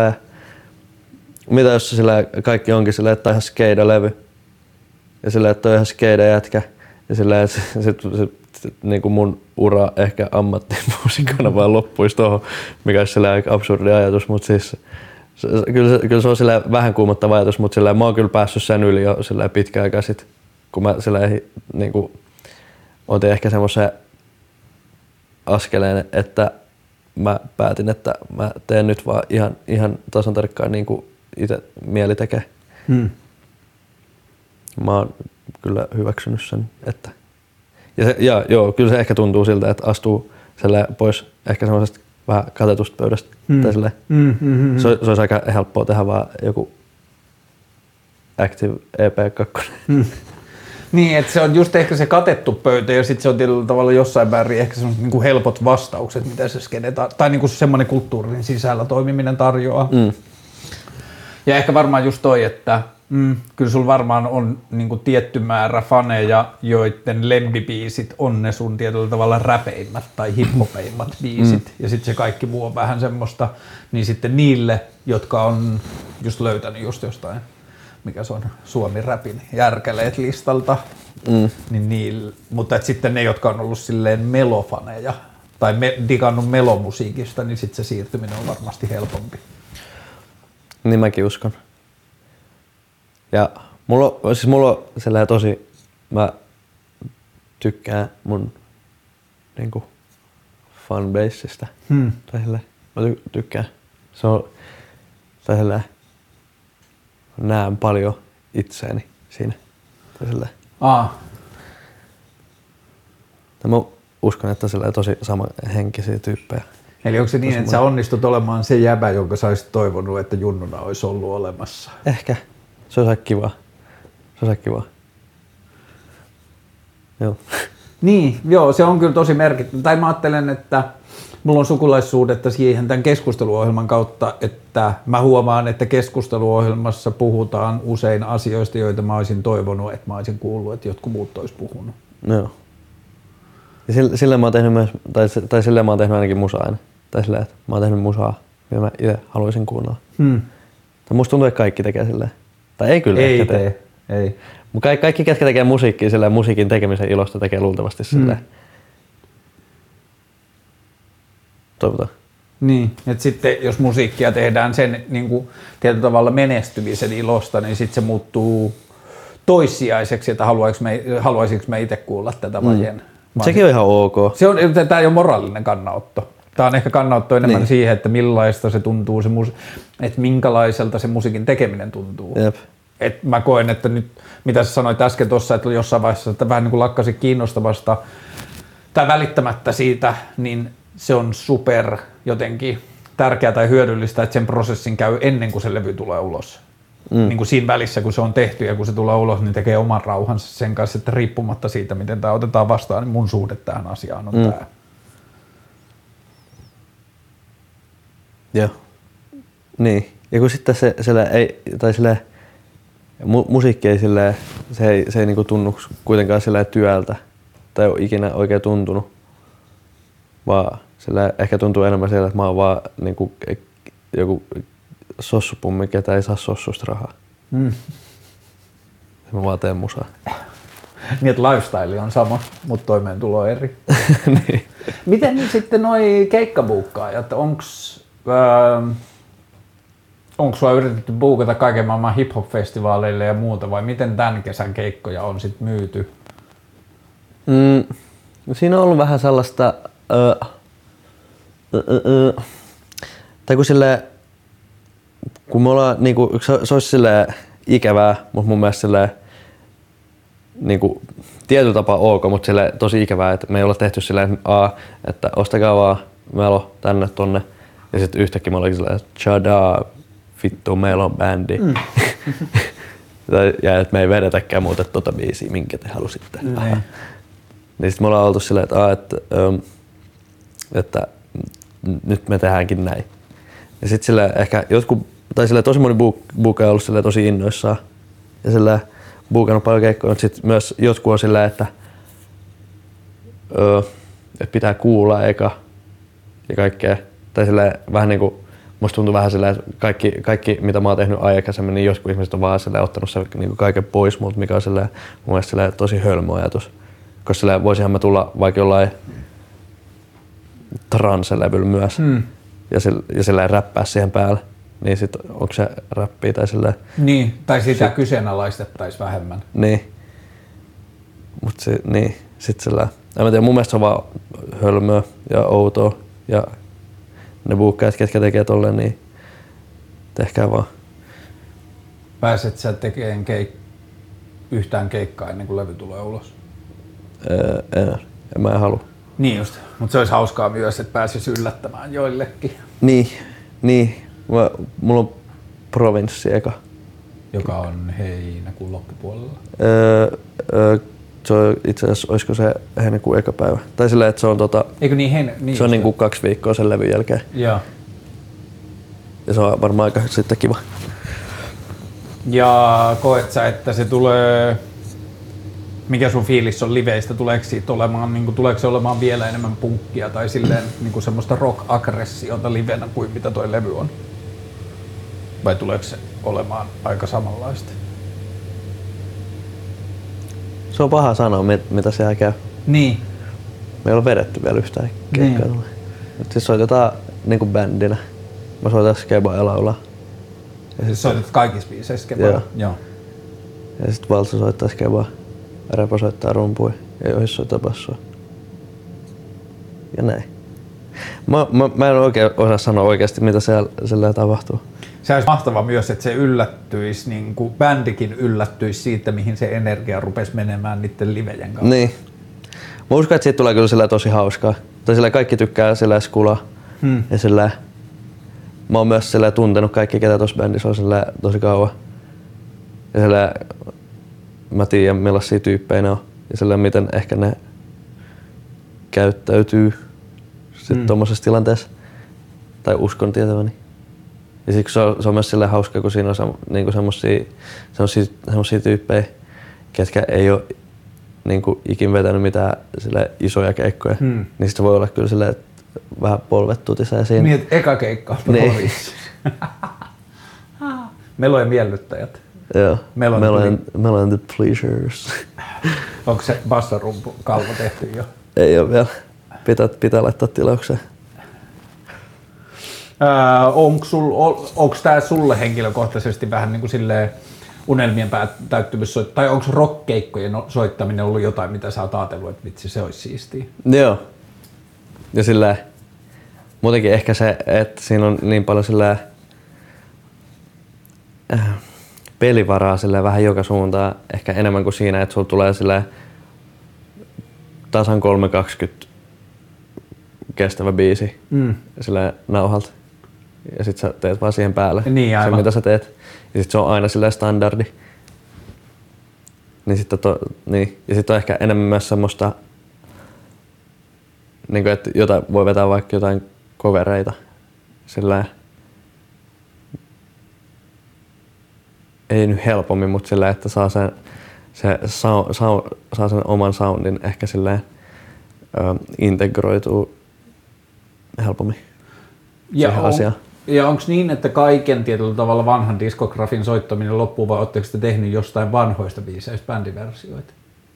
jos kaikki onkin sillä, että on ihan skeida-levy ja sillä, että on ihan skeida-jätkä ja sillä, että niin kuin mun ura ehkä ammattimuusikkona vaan loppuisi tuohon, mikä olisi sillä aika absurdi ajatus, mutta siis Kyllä se on vähän kuumottava ajatus, mutta mä oon kyllä päässyt sen yli jo pitkään aikaa sit, kun mä niinku, otin ehkä semmoisen askeleen, että mä päätin, että mä teen nyt vaan ihan tasan tarkkaan niin kuin itse mieli tekee. Mä oon kyllä hyväksynyt sen, että joo, kyllä se ehkä tuntuu siltä, että astuu pois ehkä semmoisesta vähän katetusta pöydästä. Se olisi aika helppoa tehdä vaan joku Active EP2. Niin, että se on just ehkä se katettu pöytä ja sitten se on tietyllä tavalla jossain määrin ehkä semmoiset niin kuin helpot vastaukset, mitä se skene tai niin kuin semmoinen kulttuurin sisällä toimiminen tarjoaa. Ja ehkä varmaan just toi, että kyllä sulla varmaan on niin kuin tietty määrä faneja, joiden lempibiisit on ne sun tietyllä tavalla räpeimmät tai hiphopeimmat biisit. Ja sitten se kaikki muu on vähän semmoista, niin sitten niille, jotka on just löytänyt just jostain, mikä se on, Suomi-räpin järkäleet listalta, niin niille, mutta et sitten ne, jotka on ollut silleen melofaneja tai digannut melomusiikista, niin sitten se siirtyminen on varmasti helpompi. Niin mäkin uskon. Ja mulla on sellainen mä tykkään mun niinku fanbaseista. Tai sellainen, mä tykkään. Se on sellainen, näen paljon itseäni siinä. Tai sellainen. Mä uskon, että sellainen tosi samanhenkisiä tyyppejä. Eli onko se niin, että sä onnistut olemaan se jäbä, jonka sä olisit toivonut, että junnuna olisi ollut olemassa? Ehkä. Se olisi kiva. Joo. Niin, joo, se on kyllä tosi merkittävä. Tai mä ajattelen, että mulla on sukulaisuudetta siihen tämän keskusteluohjelman kautta, että mä huomaan, että keskusteluohjelmassa puhutaan usein asioista, joita mä olisin toivonut, että mä olisin kuullut, että jotkut muut olisi puhunut. Joo. Ja sillä mä oon tehnyt myös, tai sillä mä oon tehnyt ainakin musaa aina. Tai sillä, että mä oon tehnyt musaa, mitä mä itse haluaisin kuunnella. Tai musta tuntuu, että kaikki tekee silleen. Tai ei kyllä ei ehkä tee. Ei. Mutta kaikki, ketkä tekee musiikkia silleen, musiikin tekemisen ilosta tekee luultavasti silleen. Toivotaan. Niin, että sitten jos musiikkia tehdään sen niin kuin, tietyllä tavalla menestymisen ilosta, niin sitten se muuttuu toissijaiseksi, että haluaisinko me itse kuulla tätä vajen. Sekin on ihan ok. Tämä ei ole moraalinen kannanotto. Tämä on ehkä kannanotto enemmän siihen, että millaista se tuntuu, että minkälaiselta se musiikin tekeminen tuntuu. Jep. Et mä koen, että nyt, mitä sä sanoit äsken tuossa, että jossain vaiheessa että vähän niin kuin lakkasi kiinnostavasta tai välittämättä siitä, niin se on super jotenkin tärkeää tai hyödyllistä, että sen prosessin käy ennen kuin se levy tulee ulos. Niin kuin siinä välissä, kun se on tehty ja kun se tulee ulos, niin tekee oman rauhansa sen kanssa, että riippumatta siitä, miten tämä otetaan vastaan, niin mun suhde tähän asiaan on tämä. Joo. Niin. Ja kun sitten musiikki ei se ei niinku tunnu kuitenkaan työltä tai ole ikinä oikein tuntunut, vaan ehkä tuntuu enemmän siellä, että mä oon vaan niinku joku sossupummi, ketä ei saa sossusta rahaa. Mä vaan teen musaa. Niin, että lifestyle on sama, mutta toimeentulo on eri. Niin. Miten nyt sitten noi keikkabuukkaajat, onks sua yritetty buukata kaiken maailman hip-hop-festivaaleille ja muuta, vai miten tämän kesän keikkoja on sit myyty? Siinä on ollut vähän sellaista, tai kun me ollaan, niinku, se olisi ikävää, mutta mun mielestä niinku, tietyllä tapaa ok, mutta tosi ikävää, että me ei olla tehty että ostakaa vaan melo tänne tonne, ja sitten yhtäkkiä me ollakin silleen, tjadaa, vittu, meillä on bändi. Ja että me ei vedetäkään muuta tota biisiä, minkä te halusitte. Niin sit me ollaan oltu silleen, että nyt me tehdäänkin näin. Ja sit ehkä jotkut, tai tosi moni buuka on ollut tosi innoissaan. Ja buukannut paljon keikkoja, mutta sit myös jotkut on silleen, että pitää kuulla eka ja kaikkea. Tai vähän niinku, musta tuntuu vähän silleen, että kaikki mitä mä oon tehnyt aikaisemmin, niin joskus ihmiset on vaan ottanut sen niinku kaiken pois multa, mikä on mun mielestä tosi hölmö ajatus. Koska voisihan mä tulla vaikka jollain transe-levyllä myös ja silleen räppää siihen päälle. Niin sit onko se räppiä tai silleen... Niin, tai sitä kyseenalaistettaisiin vähemmän. Niin. Mut sit silleen... En mä tiedä, mun mielestä se on vaan hölmöä ja outoa ja ne buukkaajat, ketkä tekee tolleen, niin tehkää vaan. Pääset sä tekemään yhtään keikkaa ennen kuin levy tulee ulos? En mä halua. Niin just, mutta se olisi hauskaa myös, että pääsisi yllättämään joillekin. Niin. Mulla on Provinssi eka. Joka on heinäkuun loppupuolella. Se on itse asiassa, olisiko se heinäkuun eka päivä. Tai silleen, että se on Eikö niin, se on niinku 2 viikkoa sen levyn jälkeen. Joo. Ja se on varmaan aika sitten kiva. Ja koet sä, että se tulee... Mikä sun fiilis on liveistä? Tuleeko se olemaan vielä enemmän punkkia tai silleen niinku semmoista rock-aggressiota livenä kuin mitä toi levy on? Vai tuleeko se olemaan aika samanlaista? Se on paha sanoa, mitä siellä käy. Niin. Me ei ole vedetty vielä yhtään keikkaa. Niin. Mutta siis soitetaan niinku bändinä. Mä soitan skebaa ja laulaa. Ja siis soitat kaikissa biiseissä skebaa? Joo. Ja sit Valtsa soittaa skebaa. Repo soittaa rumpuja ja Johis soittaa bassoa. Ja näin. Mä en oikein osaa sanoa oikeasti, mitä siellä tapahtuu. Se olisi mahtavaa myös, että se yllättyisi, niin kuin bändikin yllättyisi siitä, mihin se energia rupesi menemään niiden livejen kanssa. Niin. Mä uskon, että siitä tulee kyllä tosi hauskaa. Tai kaikki tykkää skulaa. Ja mä oon myös tuntenut kaikki, ketä tuossa bändissä on tosi kauan. Ja mä tiedän, millaisia tyyppejä ne on ja miten ehkä ne käyttäytyy tuommoisessa tilanteessa. Tai uskon tietäväni. Ja siksi se on myös hauskaa, kun siinä on niinku semmosia tyyppejä, ketkä ei ole niinku ikin vetänyt mitään isoja keikkoja. Niin sit se voi olla kyllä vähän polvet tutisee siinä. Niin, että eka keikka on Provinssi. Melojen miellyttäjät. Joo, Melon the Pleasures. Onko se bassarumpu kalvo tehty jo? Ei oo vielä. Pitää laittaa tilaukseen. Onko tää sulle henkilökohtaisesti vähän niin kuin silleen unelmien täyttymys, tai onko rockkeikkojen soittaminen ollut jotain, mitä sä oot ajatellut, että vitsi se olisi siistiä? Joo. Ja silleen, muutenkin ehkä se, että siinä on niin paljon silleen pelivaraa silleen vähän joka suuntaan, ehkä enemmän kuin siinä, että sulla tulee silleen tasan 3.20 kestävä biisi silleen nauhalta. Ja sit sä teet vaan siihen päälle se, mitä sä teet. Ja sit se on aina silleen standardi. Niin sit ja sit on ehkä enemmän myös semmoista, niin kuin, että voi vetää vaikka jotain covereita. Silleen, ei nyt helpommin, mutta silleen, että saa sen oman soundin ehkä silleen integroituu helpommin siihen asiaan. Ja onko niin, että kaiken tietyllä tavalla vanhan diskografin soittaminen loppuu, vai ootteko te tehnyt jostain vanhoista biiseistä bändiversioita?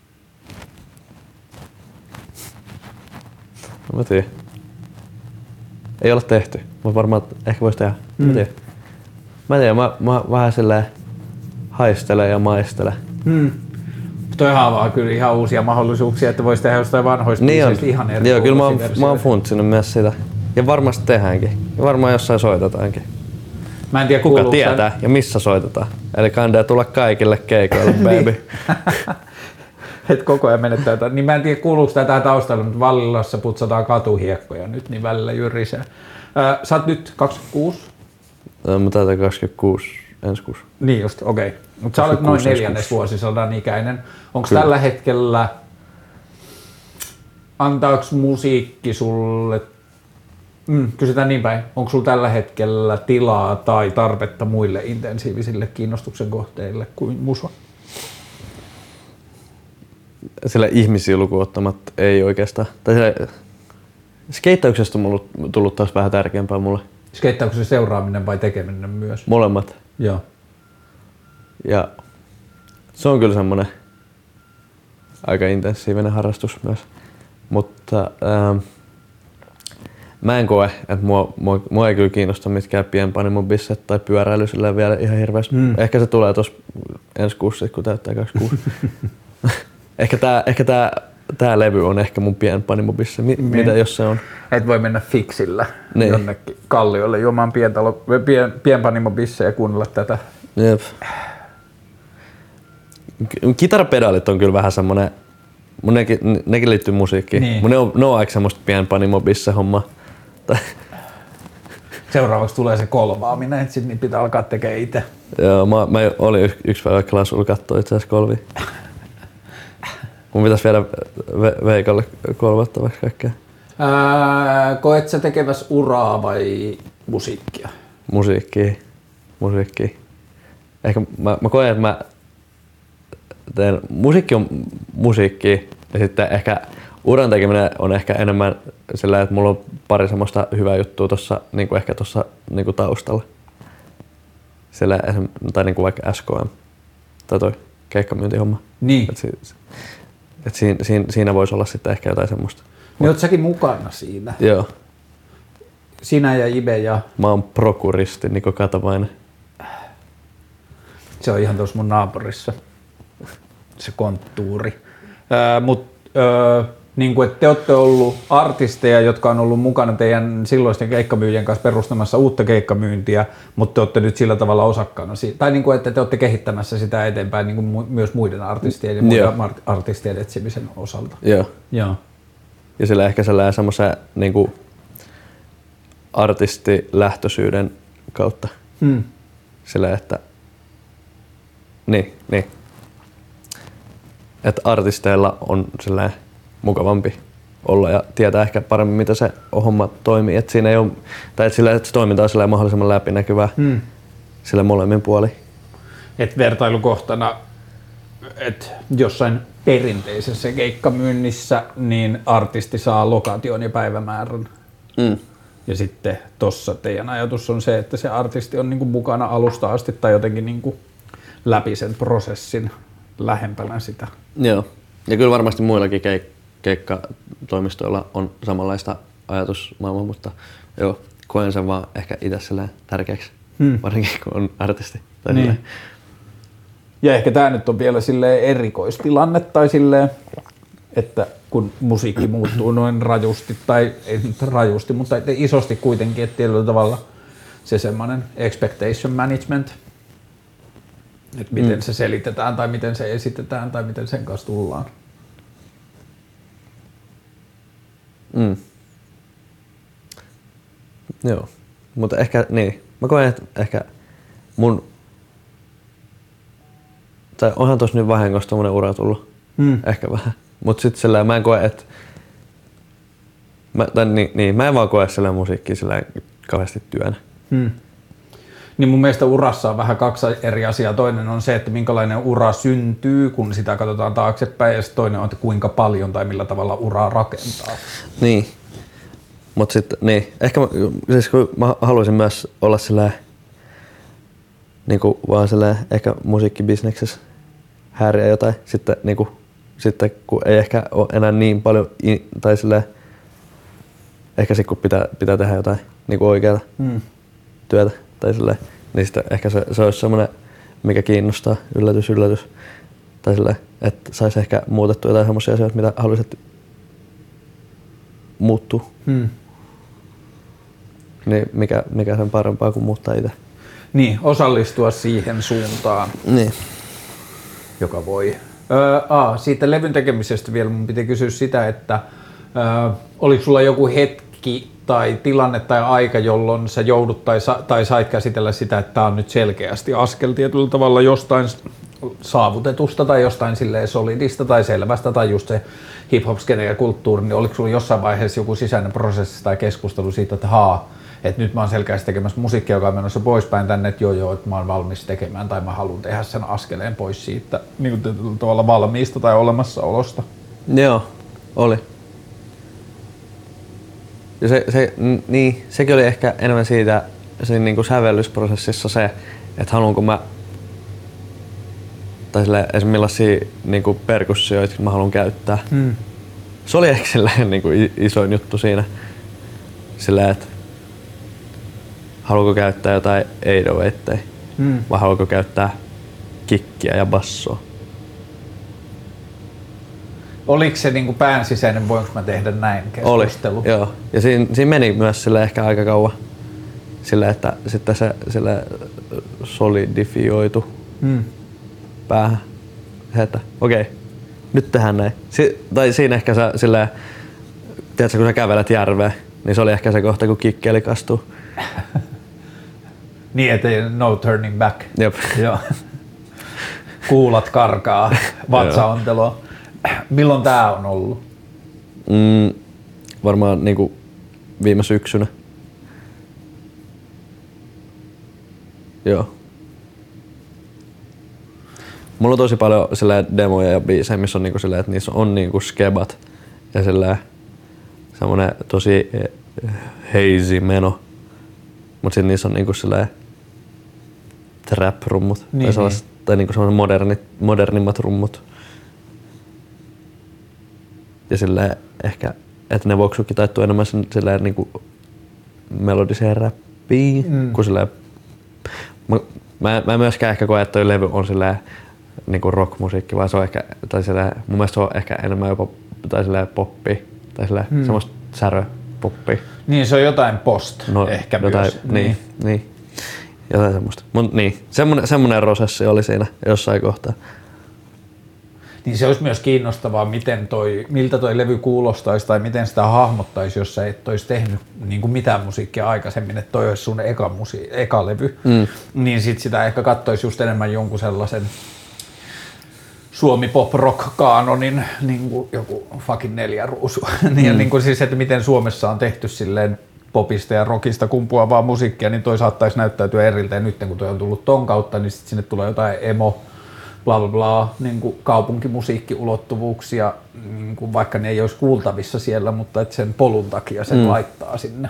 No, mä tiedän. Ei ole tehty, mutta varmaan ehkä vois tehdä. Mä tiedän, mä vähän silleen haistelen ja maistelen. Toihan avaa kyllä ihan uusia mahdollisuuksia, että vois tehdä jostain vanhoista biiseistä ihan eri. Joo, kyllä mä oon funtsinut myös sitä. Ja varmasti tehdäänkin. Ja varmaan jossain soitetaankin. Mä en tiedä, kuka tietää ja missä soitetaan. Eli kannattaa tulla kaikille keikoille, baby. Et koko ajan menettää jotain. Niin mä en tiedä, kuuluuko tää tähän taustalle, mutta Vallilassa putsataan katuhiekkoja nyt, niin välillä jyrisee. Sä oot nyt 26? Mä täytän 26 ensi kuussa. Niin just, okei. Okay. Mutta sä olet noin 4. vuosisadan ikäinen. Onko tällä hetkellä, antaako musiikki sulle, kysytään niin päin, onko sulla tällä hetkellä tilaa tai tarvetta muille intensiivisille kiinnostuksen kohteille kuin musa? Sillä ihmisiä lukuun ottamatta ei oikeastaan. Tai skeittauksesta on tullut taas vähän tärkeämpää mulle. Skeittauksen seuraaminen vai tekeminen myös? Molemmat. Joo. Ja se on kyllä semmonen aika intensiivinen harrastus myös. Mutta mä en koe, että mua ei kyllä kiinnosta mitkään pienpanimobisset tai pyöräily silleen vielä ihan hirveästi. Ehkä se tulee tossa ensi kuussa, kun täyttää 26. ehkä tää levy on ehkä mun pienpanimobisse. Mitä jos se on? Et voi mennä fiksillä jonnekin kalliolle juomaan pienpanimobisse ja kuunnella tätä. Jep. Kitarapedaalit on kyllä vähän semmonen, nekin liittyy musiikkiin. Niin. Ne on aika semmoista pienpanimobisse homma. Seuraavaksi tulee se kolvaaminen, että sitten pitää alkaa tekemään itse. Joo, mä olin yksi päivä Klasulla kattoo itse asiassa kolvia. Mun pitäisi viedä Veikalle kolvattavaksi kaikkea. Koet sä tekeväs uraa vai musiikkia? Musiikkia. Ehkä mä koen, että mä teen musiikki on musiikkia ja sitten ehkä uran tekeminen on ehkä enemmän sillä, että mulla on pari semmoista hyvää juttua tossa, niinku ehkä tossa niinku taustalla. Sillä, tai niinku vaikka SKM tai toi keikkamyyntihomma. Niin. Et siinä voisi olla sitten ehkä jotain semmoista. Niin oot säkin mukana siinä? Joo. Sinä ja Ibe ja... Mä oon prokuristi Niko Katavainen. Se on ihan tuossa mun naapurissa, se konttuuri. Niin kuin, että te olette ollut artisteja, jotka on ollut mukana teidän silloisten keikkamyyjien kanssa perustamassa uutta keikkamyyntiä, mutta te olette nyt sillä tavalla osakkaana. Tai niin kuin, että te olette kehittämässä sitä eteenpäin niin kuin myös muiden artistien ja muiden artistien etsimisen osalta. Joo. Ja sillä ehkä semmoisen niin kuin artistilähtöisyyden kautta. Sillä, että niin. Että artisteilla on sellainen mukavampi olla ja tietää ehkä paremmin, mitä se homma toimii. Että siinä ei ole, tai että se toiminta on sellainen mahdollisimman läpinäkyvää sillä molemmin puolin. Et vertailukohtana, että jossain perinteisessä keikkamyynnissä niin artisti saa lokaation ja päivämäärän. Ja sitten tossa teidän ajatus on se, että se artisti on niinku mukana alusta asti tai jotenkin niinku läpi sen prosessin lähempänä sitä. Joo. Ja kyllä varmasti muillakin keikkatoimistoilla on samanlaista ajatusmaailmaa, mutta joo. koen sen vaan ehkä itse silleen tärkeäksi, varsinkin kun on artisti. Tai niin. Ja ehkä tää nyt on vielä silleen erikoistilanne tai silleen, että kun musiikki muuttuu noin rajusti, tai ei nyt rajusti, mutta isosti kuitenkin, että tietyllä tavalla se semmoinen expectation management, että miten se selitetään tai miten se esitetään tai miten sen kanssa tullaan. Joo, mutta ehkä niin. Mä koen, että ehkä tai onhan tossa nyt vahingossa tommonen ura tullut. Ehkä vähän. Mut sit sillä mä en koe, että mä en vaan koe sillä musiikkia sillä kauheasti työnä. Niin mun mielestä urassa on vähän kaksi eri asiaa. Toinen on se, että minkälainen ura syntyy, kun sitä katsotaan taaksepäin, ja toinen on, että kuinka paljon tai millä tavalla uraa rakentaa. Niin. Mut sitten, niin. Ehkä siis kun mä haluaisin myös olla sillä niinku vaan sillä ehkä musiikkibisneksessä häiriä jotain. Sitten niinku sitten kun ei ehkä ole enää niin paljon tai sillä ehkä sit kun pitää tehdä jotain niinku oikeaa työtä tai sillä niin sitten ehkä se olisi semmoinen mikä kiinnostaa yllätys tai sillä että saisi ehkä muutettua jotain semmoisia asioita mitä haluaisit muuttuu. Niin mikä sen parempaa kuin muuttaa itse. Niin, osallistua siihen suuntaan, niin. Joka voi. Siitä levyn tekemisestä vielä mun piti kysyä sitä, että oliko sulla joku hetki tai tilanne tai aika, jolloin sä joudut tai sait käsitellä sitä, että tää on nyt selkeästi askel tietyllä tavalla jostain saavutetusta tai jostain silleen solidista tai selvästä tai just se hip-hop-skene ja kulttuuri, niin oliko sulla jossain vaiheessa joku sisäinen prosessi tai keskustelu siitä, että että nyt mä oon selkeästi tekemässä musiikkia, joka on menossa poispäin tänne, että joo, että mä oon valmis tekemään tai mä haluan tehdä sen askeleen pois siitä niin kuin tavalla valmiista tai olemassaolosta. Joo, oli. Ja sekin oli ehkä enemmän siitä siinä niin kuin sävellysprosessissa se, että haluanko mä tai esimerkiksi millaisia niin kuin perkussioita mä haluan käyttää. Se oli ehkä niin kuin isoin juttu siinä. Sillä, että haluanko käyttää jotain 808 vai haluanko käyttää kikkiä ja bassoa. Oliko se niin kuin pään sisäinen, voinko mä tehdä näin keskustelu? Oli, joo. Ja siinä meni myös sillä ehkä aika kauan. Sillä, että sitten se sillä solidifioitu päähän. Että okei, nyt tehdään näin. Tai siinä ehkä sä sillä, tiedätkö, kun sä kävelet järveen, niin se oli ehkä se kohta, kun kikkeli kastuu. Niin, ettei no turning back. Jep. Joo. Kuulat karkaa, vatsaonteloa. Milloin tää on ollut? Varmaan niinku viime syksynä. Joo. Mulla on tosi paljon demoja ja biisejä, missä on niinku silleen, että niissä on niinku skebat ja semmonen tosi hazy meno. Mut sit niissä on niinku silleen trap-rummut tai niinku semmonen modernimmat rummut. Ja silleen ehkä, että ne voksukin taittuu enemmän silleen niinku melodiseen räppiin, kun silleen mä en myöskään ehkä koe, että toi levy on silleen niinku rockmusiikki, vaan se on ehkä, tai silleen, mun mielestä se on ehkä enemmän jopa tai silleen poppi, tai silleen semmoista säröpoppia. Niin, se on jotain post ehkä jotain, myös. Niin. Jotain semmoista. Mut niin, semmonen prosessi oli siinä jossain kohtaa. Niin se olisi myös kiinnostavaa, miltä toi levy kuulostaisi tai miten sitä hahmottaisi, jos sä et olisi tehnyt niin kuin mitään musiikkia aikaisemmin, että toi olisi sun eka levy. Niin sit sitä ehkä kattoisi just enemmän jonkun sellaisen Suomi pop rock kaanonin niin kuin joku fucking 4 ruusua. Niin kuin siis, että miten Suomessa on tehty silleen popista ja rockista kumpuavaa musiikkia, niin toi saattaisi näyttäytyä eriltä. Ja nyt kun toi on tullut ton kautta, niin sit sinne tulee jotain emo, bla bla bla, niin kuin kaupunkimusiikkiulottuvuuksia, niin kuin vaikka ne ei olisi kuultavissa siellä, mutta et sen polun takia sen laittaa sinne.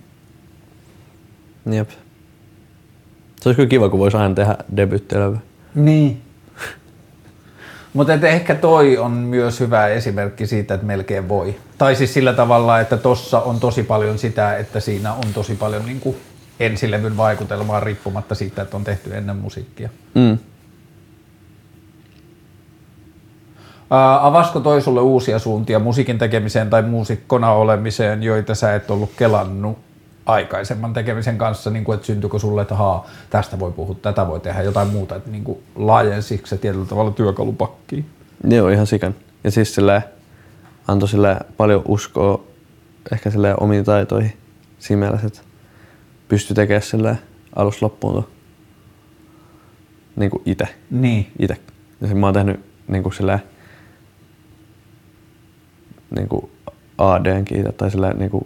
Jep. Se olisi kyllä kiva, kun voisi aina tehdä debyyttilevy. Niin. Mutta ehkä toi on myös hyvä esimerkki siitä, että melkein voi. Tai siis sillä tavalla, että tossa on tosi paljon sitä, että siinä on tosi paljon niin kuin ensilevyn vaikutelmaa riippumatta siitä, että on tehty ennen musiikkia. Avasko toi sulle uusia suuntia musiikin tekemiseen tai muusikkona olemiseen, joita sä et ollut kelannut aikaisemman tekemisen kanssa, niin kuin, että syntyykö sulle, että tästä voi puhua, tätä voi tehdä, jotain muuta, että niin kuin laajensiko se tietyllä tavalla työkalupakkiin? Joo, ihan sikan. Ja siis antoi paljon uskoa ehkä omiin taitoihin siinä mielessä, että pystyi tekemään alusta loppuun niin kuin itse. Niin. Itse. Ja mä oon tehnyt niin kuin niin kuin AD:nkin itse tai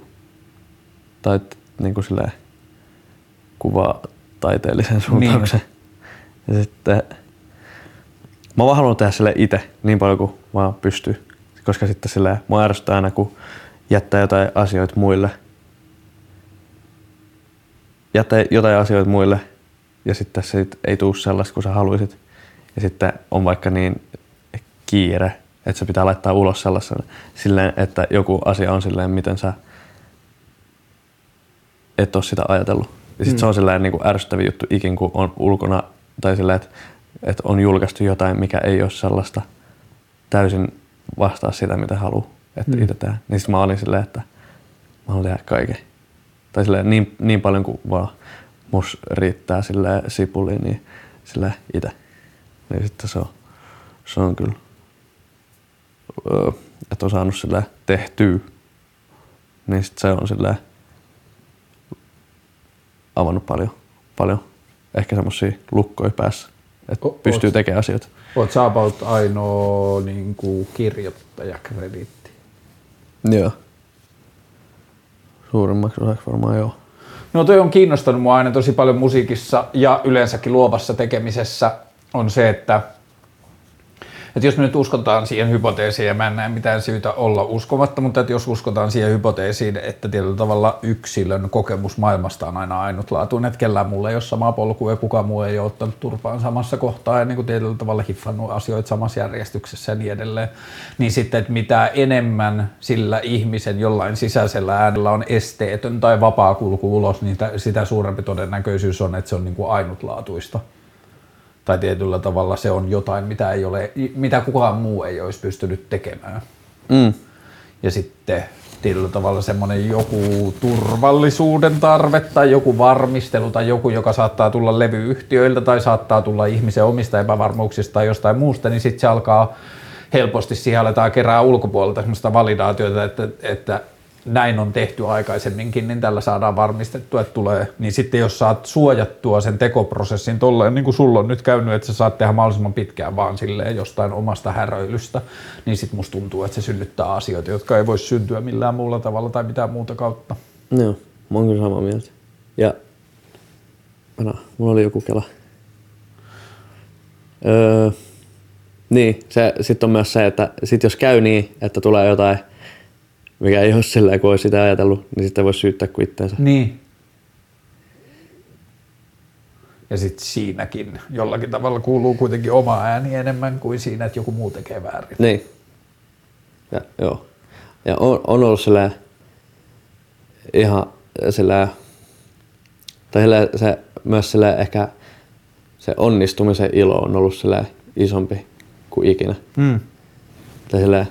niin kuin kuvataiteellisen suuntauksen. Niin. Ja sitten mä oon vaan halunnut tehdä sille itse niin paljon kuin vaan pystyy. Koska sitten mua ärsyttää aina, kun jättää jotain asioita muille. Jättää jotain asioita muille ja sitten se ei tuu sellaista kuin sä haluisit. Ja sitten on vaikka niin kiire, että se pitää laittaa ulos sellaisen silleen, että joku asia on silleen, miten sä et ole sitä ajatellut. Ja sitten se on silleen niin kuin ärsyttävä juttu ikin, kun on ulkona tai silleen, että on julkaistu jotain, mikä ei ole sellaista täysin vastaa sitä, mitä haluaa, että itse tehdä. Niin sitten mä olin silleen, että mä haluan tehdä kaiken. Tai silleen niin paljon kuin vaan mus riittää silleen sipuliin, niin silleen itse. Niin sitten se on kyllä, että on saanut silleen tehtyä. Niin sitten se on silleen avannut paljon ehkä semmosia lukkoja päässä, että pystyy tekemään asioita. Oot sä about ainoa niin kuin kirjoittajakrediitti? Joo. Suurimmaksi osaksi varmaan joo. No toi on kiinnostanut mua aina tosi paljon musiikissa ja yleensäkin luovassa tekemisessä on se, että jos me nyt uskotaan siihen hypoteesiin, ja mä en näe mitään syytä olla uskomatta, mutta että jos uskotaan siihen hypoteesiin, että tietyllä tavalla yksilön kokemus maailmasta on aina ainutlaatuinen, että kellään mulla ei ole samaa polkua ja kukaan muu ei ole ottanut turpaan samassa kohtaa ja niin kuin tietyllä tavalla hiffannut asioita samassa järjestyksessä ja niin edelleen, niin sitten, että mitä enemmän sillä ihmisen jollain sisäisellä äänellä on esteetön tai vapaa kulku ulos, niin sitä suurempi todennäköisyys on, että se on niin kuin ainutlaatuista. Tai tietyllä tavalla se on jotain, mitä kukaan muu ei olisi pystynyt tekemään. Ja sitten tietyllä tavalla semmoinen joku turvallisuuden tarve tai joku varmistelu tai joku, joka saattaa tulla levyyhtiöiltä tai saattaa tulla ihmisen omista epävarmuuksista tai jostain muusta, niin sitten se alkaa helposti, siihen aletaan kerää ulkopuolelta semmoista validaatiota, että näin on tehty aikaisemminkin, niin tällä saadaan varmistettua, että tulee. Niin sitten jos saat suojattua sen tekoprosessin tolleen, niin kuin sulla on nyt käynyt, että sä saat tehdä mahdollisimman pitkään vaan silleen jostain omasta häröilystä, niin sitten musta tuntuu, että se synnyttää asioita, jotka ei voi syntyä millään muulla tavalla tai mitään muuta kautta. Joo, mä oon kyllä samaa mieltä. Ja mulla oli joku kela. Niin, sitten on myös se, että sit jos käy niin, että tulee jotain, mikä ei ole sillä, kun olisi sitä ajatellut, niin sitten voi syyttää kuin itseänsä. Niin. Ja sitten siinäkin jollakin tavalla kuuluu kuitenkin oma ääni enemmän kuin siinä, että joku muu tekee väärin. Niin. Ja, joo. Ja on ollut sellainen ihan sellainen, tai se, myös sellainen ehkä se onnistumisen ilo on ollut sellainen isompi kuin ikinä. Tai sellainen,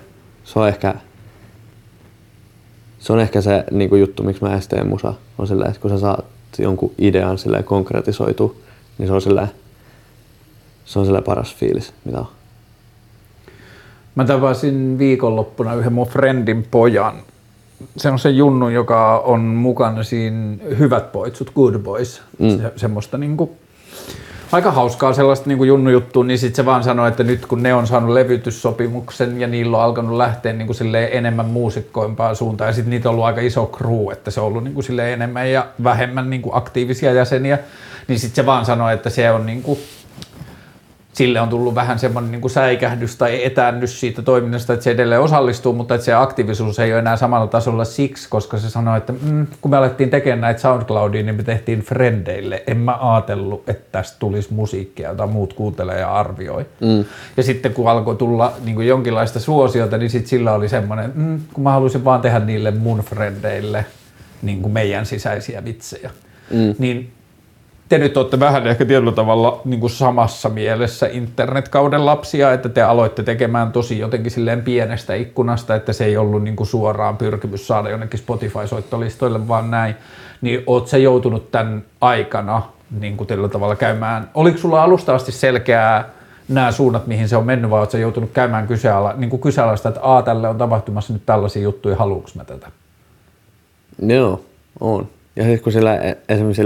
se on ehkä se niin kuin juttu, miksi mä edes teen musaa. On sellainen, että kun sä saat jonkun idean konkretisoitua, niin se on sellainen paras fiilis, mitä on. Mä tapasin viikonloppuna yhden mun friendin pojan. Se on se junnu, joka on mukana siinä Hyvät poitsut, Good Boys. Semmoista niinku aika hauskaa sellaista niin kuin junnu-juttua, niin sitten se vaan sanoi, että nyt kun ne on saanut levytyssopimuksen ja niillä on alkanut lähteä niin kuin enemmän muusikkoimpaan suuntaan ja sitten niitä on ollut aika iso crew, että se on ollut niin kuin enemmän ja vähemmän niin kuin aktiivisia jäseniä, niin sitten se vaan sanoi, että se on niin kuin sille on tullut vähän semmoinen niin kuin säikähdys tai etäännys siitä toiminnasta, että se edelleen osallistuu, mutta että se aktiivisuus ei ole enää samalla tasolla siksi, koska se sanoi, että kun me alettiin tekemään näitä SoundCloudia, niin me tehtiin frendeille. En mä ajatellut, että tästä tulisi musiikkia, jota muut kuuntelee ja arvioi. Ja sitten kun alkoi tulla niin kuin jonkinlaista suosiota, niin sitten sillä oli semmoinen, kun mä haluaisin vaan tehdä niille mun frendeille niin kuin meidän sisäisiä vitsejä. Niin te nyt olette vähän ehkä tietyllä tavalla niin kuin samassa mielessä internetkauden lapsia, että te aloitte tekemään tosi jotenkin silleen pienestä ikkunasta, että se ei ollut niin kuin suoraan pyrkimys saada jonnekin Spotify-soittolistoille, vaan näin. Niin oot sä joutunut tämän aikana niin kuin tietyllä tavalla käymään, oliko sulla alusta asti selkeää nämä suunnat, mihin se on mennyt, vai oot sä joutunut käymään kyseenalaista, että tälle on tapahtumassa nyt tällaisia juttuja, haluuks mä tätä? Joo, on. Ja sitten kun esimerkiksi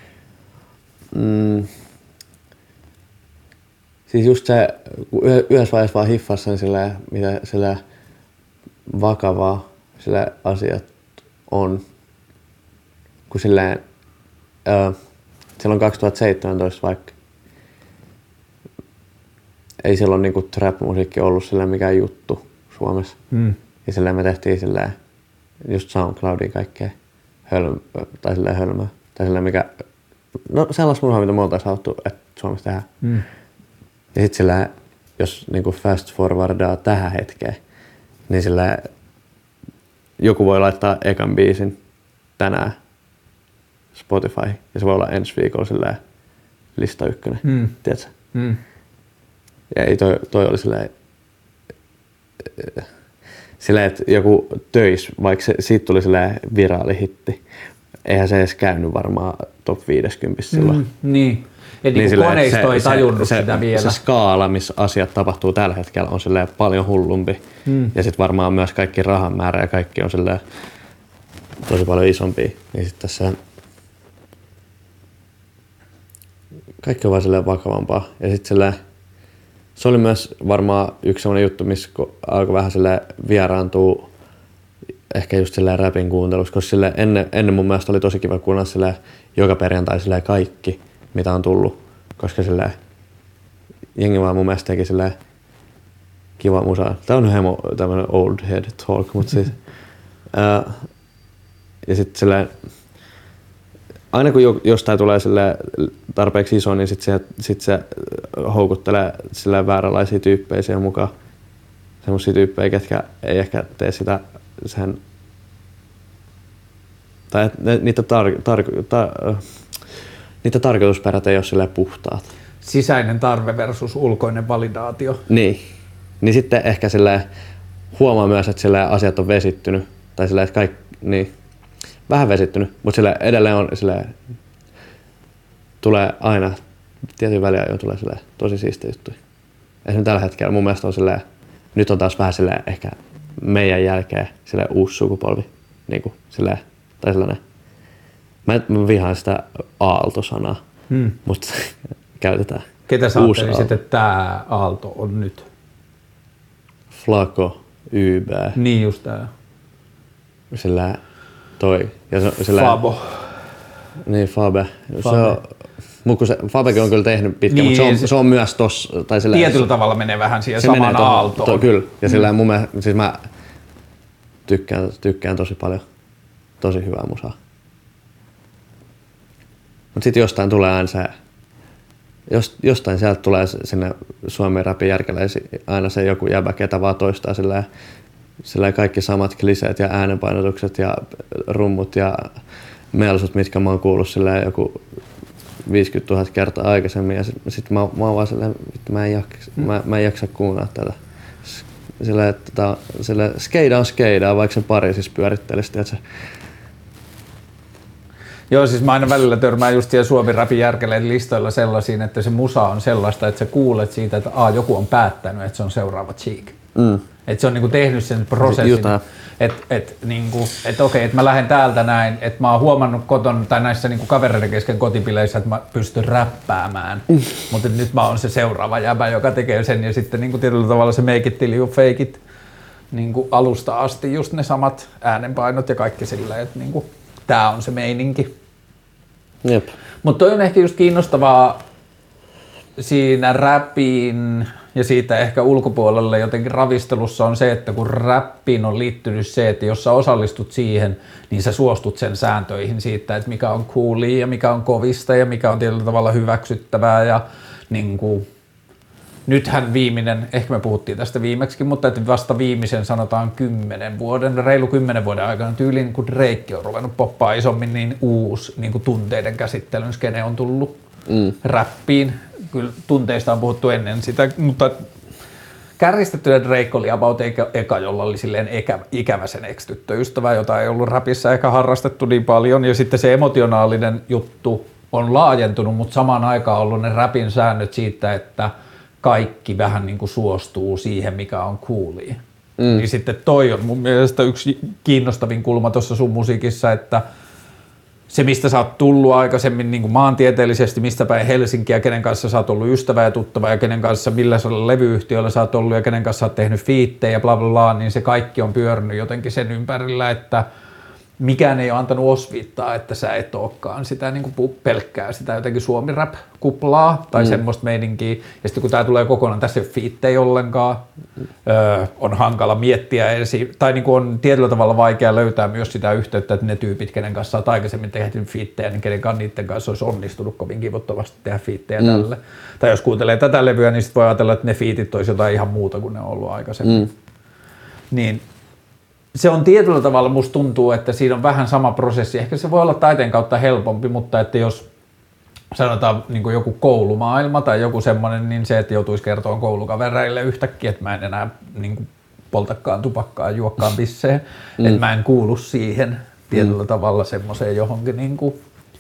siis just se, kun yhdessä vaiheessa vaan hiffassa, niin sillä vakavaa sillä asiat on, kun silleen silloin 2017 vaikka ei silloin niinku trap-musiikki ollut silleen mikään juttu Suomessa. Ja silleen me tehtiin silleen just SoundCloudin kaikkea hölmöä. Tai silleen mikä, no sellaista murhaa, mitä me oltais haluttu, että Suomessa tehdään. Ja sit silleen, jos niinku fast forwardaa tähän hetkeen, niin silleen joku voi laittaa ekan biisin tänään Spotify ja se voi olla ensi viikolla silleen lista 1, tiedätkö? Ja ei toi oli silleen, että joku töis, vaikka siitä tuli silleen viraalihitti, eihän se edes käynyt varmaan top 50 silloin. Niin. Eli niin koneisto ei tajunnut sitä vielä. Se skaala, missä asiat tapahtuu tällä hetkellä, on silleen paljon hullumpi. Ja sitten varmaan myös kaikki rahan määrä ja kaikki on silleen tosi paljon isompia. Niin sitten tässä kaikki on vaan silleen vakavampaa. Ja sitten silleen, se oli myös varmaan yksi sellainen juttu, missä alkoi vähän silleen vieraantua ehkä just silleen rapin kuuntelussa, koska silleen ennen mun mielestä oli tosi kiva kuunnella silleen joka perjantai silleen kaikki, mitä on tullut, koska silleen jengi vaan mun mielestä teki silleen kiva musaa. Tää on hemo tämmönen old head talk, mutta siis ja sit silleen aina kun jostain tulee silleen tarpeeksi iso, niin sit se houkuttelee silleen vääränlaisia tyyppejä siihen mukaan. Semmosia tyyppejä, ketkä ei ehkä tee sitä sen tai niitä tarkoitusperät ei ole silleen puhtaat. Sisäinen tarve versus ulkoinen validaatio. Niin sitten ehkä silleen huomaa myös, että silleen asiat on vesittynyt tai silleen, että kaikki, niin vähän vesittynyt, mutta silleen edelleen on silleen tulee aina tietyn väliajoin tulee silleen tosi siistiä juttuja. Esimerkiksi tällä hetkellä mun mielestä on silleen, nyt on taas vähän silleen ehkä meidän jälkeen silleen uusi sukupolvi, niinku silleen, tai sellainen. Mä vihaan sitä aalto-sanaa, mutta käytetään. Ketä sä ajattelisit, että tää aalto on nyt? Flaco, YB. Niin just tää. Sillä toi. Ja sillä, Fabo. Niin, Fabe. Fabekin on kyllä tehnyt pitkään, niin, mutta se on myös tossa. Tai sillä, tietyllä tavalla menee vähän siihen samaan aaltoon. Kyllä. Ja sillä mun mielestä, siis mä tykkään tosi paljon. Tosi hyvää musaa. Mut sit jostain tulee aina se, jostain sieltä tulee sinne Suomen rapin järkeläisiin aina se joku jäbä, ketä vaan toistaa sillä kaikki samat kliseet ja äänenpainotukset ja rummut ja melsut, mitkä mä oon kuullut silleen joku 50 000 kertaa aikaisemmin ja sit mä oon vaan silleen, että mä en jaksa kuunnella tätä. Silleen, että skeidaa, vaikka sen Pariisissa pyörittelisi, tiiätsä. Joo, siis mä aina välillä törmään just siellä Suomi-rapin järkeleen listoilla sellaisiin, että se musa on sellaista, että sä kuulet siitä, että joku on päättänyt, että se on seuraava Cheek. Että se on niinku tehnyt sen prosessin, että okei, että mä lähden täältä näin, että mä oon huomannut kotona tai näissä niinku kavereiden kesken kotipileissä, että mä pystyn räppäämään, mutta nyt mä oon se seuraava jäbä, joka tekee sen ja sitten niinku tietyllä tavalla se make it till you fake it niinku alusta asti just ne samat äänenpainot ja kaikki sillä, että niinku tää on se meininki. Jep. Mutta toi on ehkä just kiinnostavaa siinä räpin ja siitä ehkä ulkopuolelle jotenkin ravistelussa on se, että kun räppiin on liittynyt se, että jos sä osallistut siihen, niin sä suostut sen sääntöihin siitä, että mikä on coolia ja mikä on kovista ja mikä on tietyllä tavalla hyväksyttävää ja niin kuin, nythän viimeinen, ehkä me puhuttiin tästä viimeksikin, mutta että vasta viimeisen sanotaan reilu 10 vuoden aikana tyyliin, kun Drake on ruvennut poppaa isommin, niin uusi niin kuin tunteiden käsittelyn skene on tullut räppiin. Kyllä tunteista on puhuttu ennen sitä, mutta kärjistettynä Drake oli about eka, jolla oli silleen ikävä sen ex-tyttöystävä, jota ei ollut rapissa ehkä harrastettu niin paljon, ja sitten se emotionaalinen juttu on laajentunut, mutta samaan aikaan on ollut ne rapin säännöt siitä, että kaikki vähän niin kuin suostuu siihen, mikä on coolia. Niin sitten toi on mun mielestä yksi kiinnostavin kulma tuossa sun musiikissa, että se, mistä sä oot tullut aikaisemmin niin kuin maantieteellisesti, mistä päin Helsinkiä, kenen kanssa sä oot ollut ystävä ja tuttava ja kenen kanssa, millä levyyhtiöllä sä oot ollut ja kenen kanssa sä oot tehnyt fiittejä ja bla bla bla, niin se kaikki on pyörinyt jotenkin sen ympärillä, että mikään ei ole antanut osviittaa, että sä et olekaan sitä niin kuin pelkkää sitä jotenkin suomi-rap-kuplaa tai semmoista meininkiä. Ja sitten kun tää tulee kokonaan, tässä ei ole fiittejä ollenkaan, on hankala miettiä tai niin kuin on tietyllä tavalla vaikea löytää myös sitä yhteyttä, että ne tyypit, kenen kanssa olet aikaisemmin tehnyt fiittejä, niin kenenkaan niiden kanssa olisi onnistunut kovin kivottomasti tehdä fiittejä tälle. Tai jos kuuntelee tätä levyä, niin sitten voi ajatella, että ne fiitit olisi jotain ihan muuta kuin ne on ollut aikaisemmin. Niin se on tietyllä tavalla, musta tuntuu, että siinä on vähän sama prosessi. Ehkä se voi olla taiteen kautta helpompi, mutta että jos sanotaan niin kuin joku koulumaailma tai joku semmoinen, niin se, että joutuisi kertoa koulukavereille yhtäkkiä, että mä en enää niin kuin poltakaan tupakkaa, juokkaan bisseen, että mä en kuulu siihen tietyllä tavalla semmoiseen johonkin niin kuin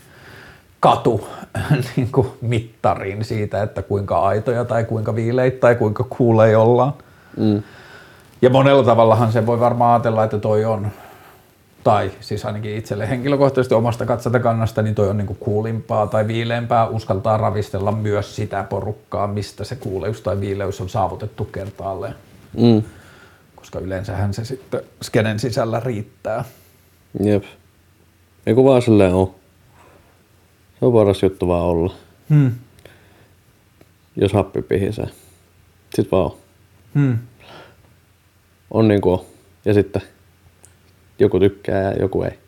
niin kuin mittariin siitä, että kuinka aitoja tai kuinka viileitä tai kuinka kuuleja ollaan. Ja monella tavallahan se voi varmaan ajatella, että toi on, tai siis ainakin itselle henkilökohtaisesti omasta katsotakannasta, niin toi on niinku kuulimpaa tai viileämpää, uskaltaa ravistella myös sitä porukkaa, mistä se kuuleus tai viileys on saavutettu kertaalleen. Koska yleensähän se sitten skenen sisällä riittää. Jep. Eiku vaan silleen on. Se on paras juttu vaan olla. Jos happi pihisee. Sit vaan on. On niinku on. Ja sitten joku tykkää ja joku ei.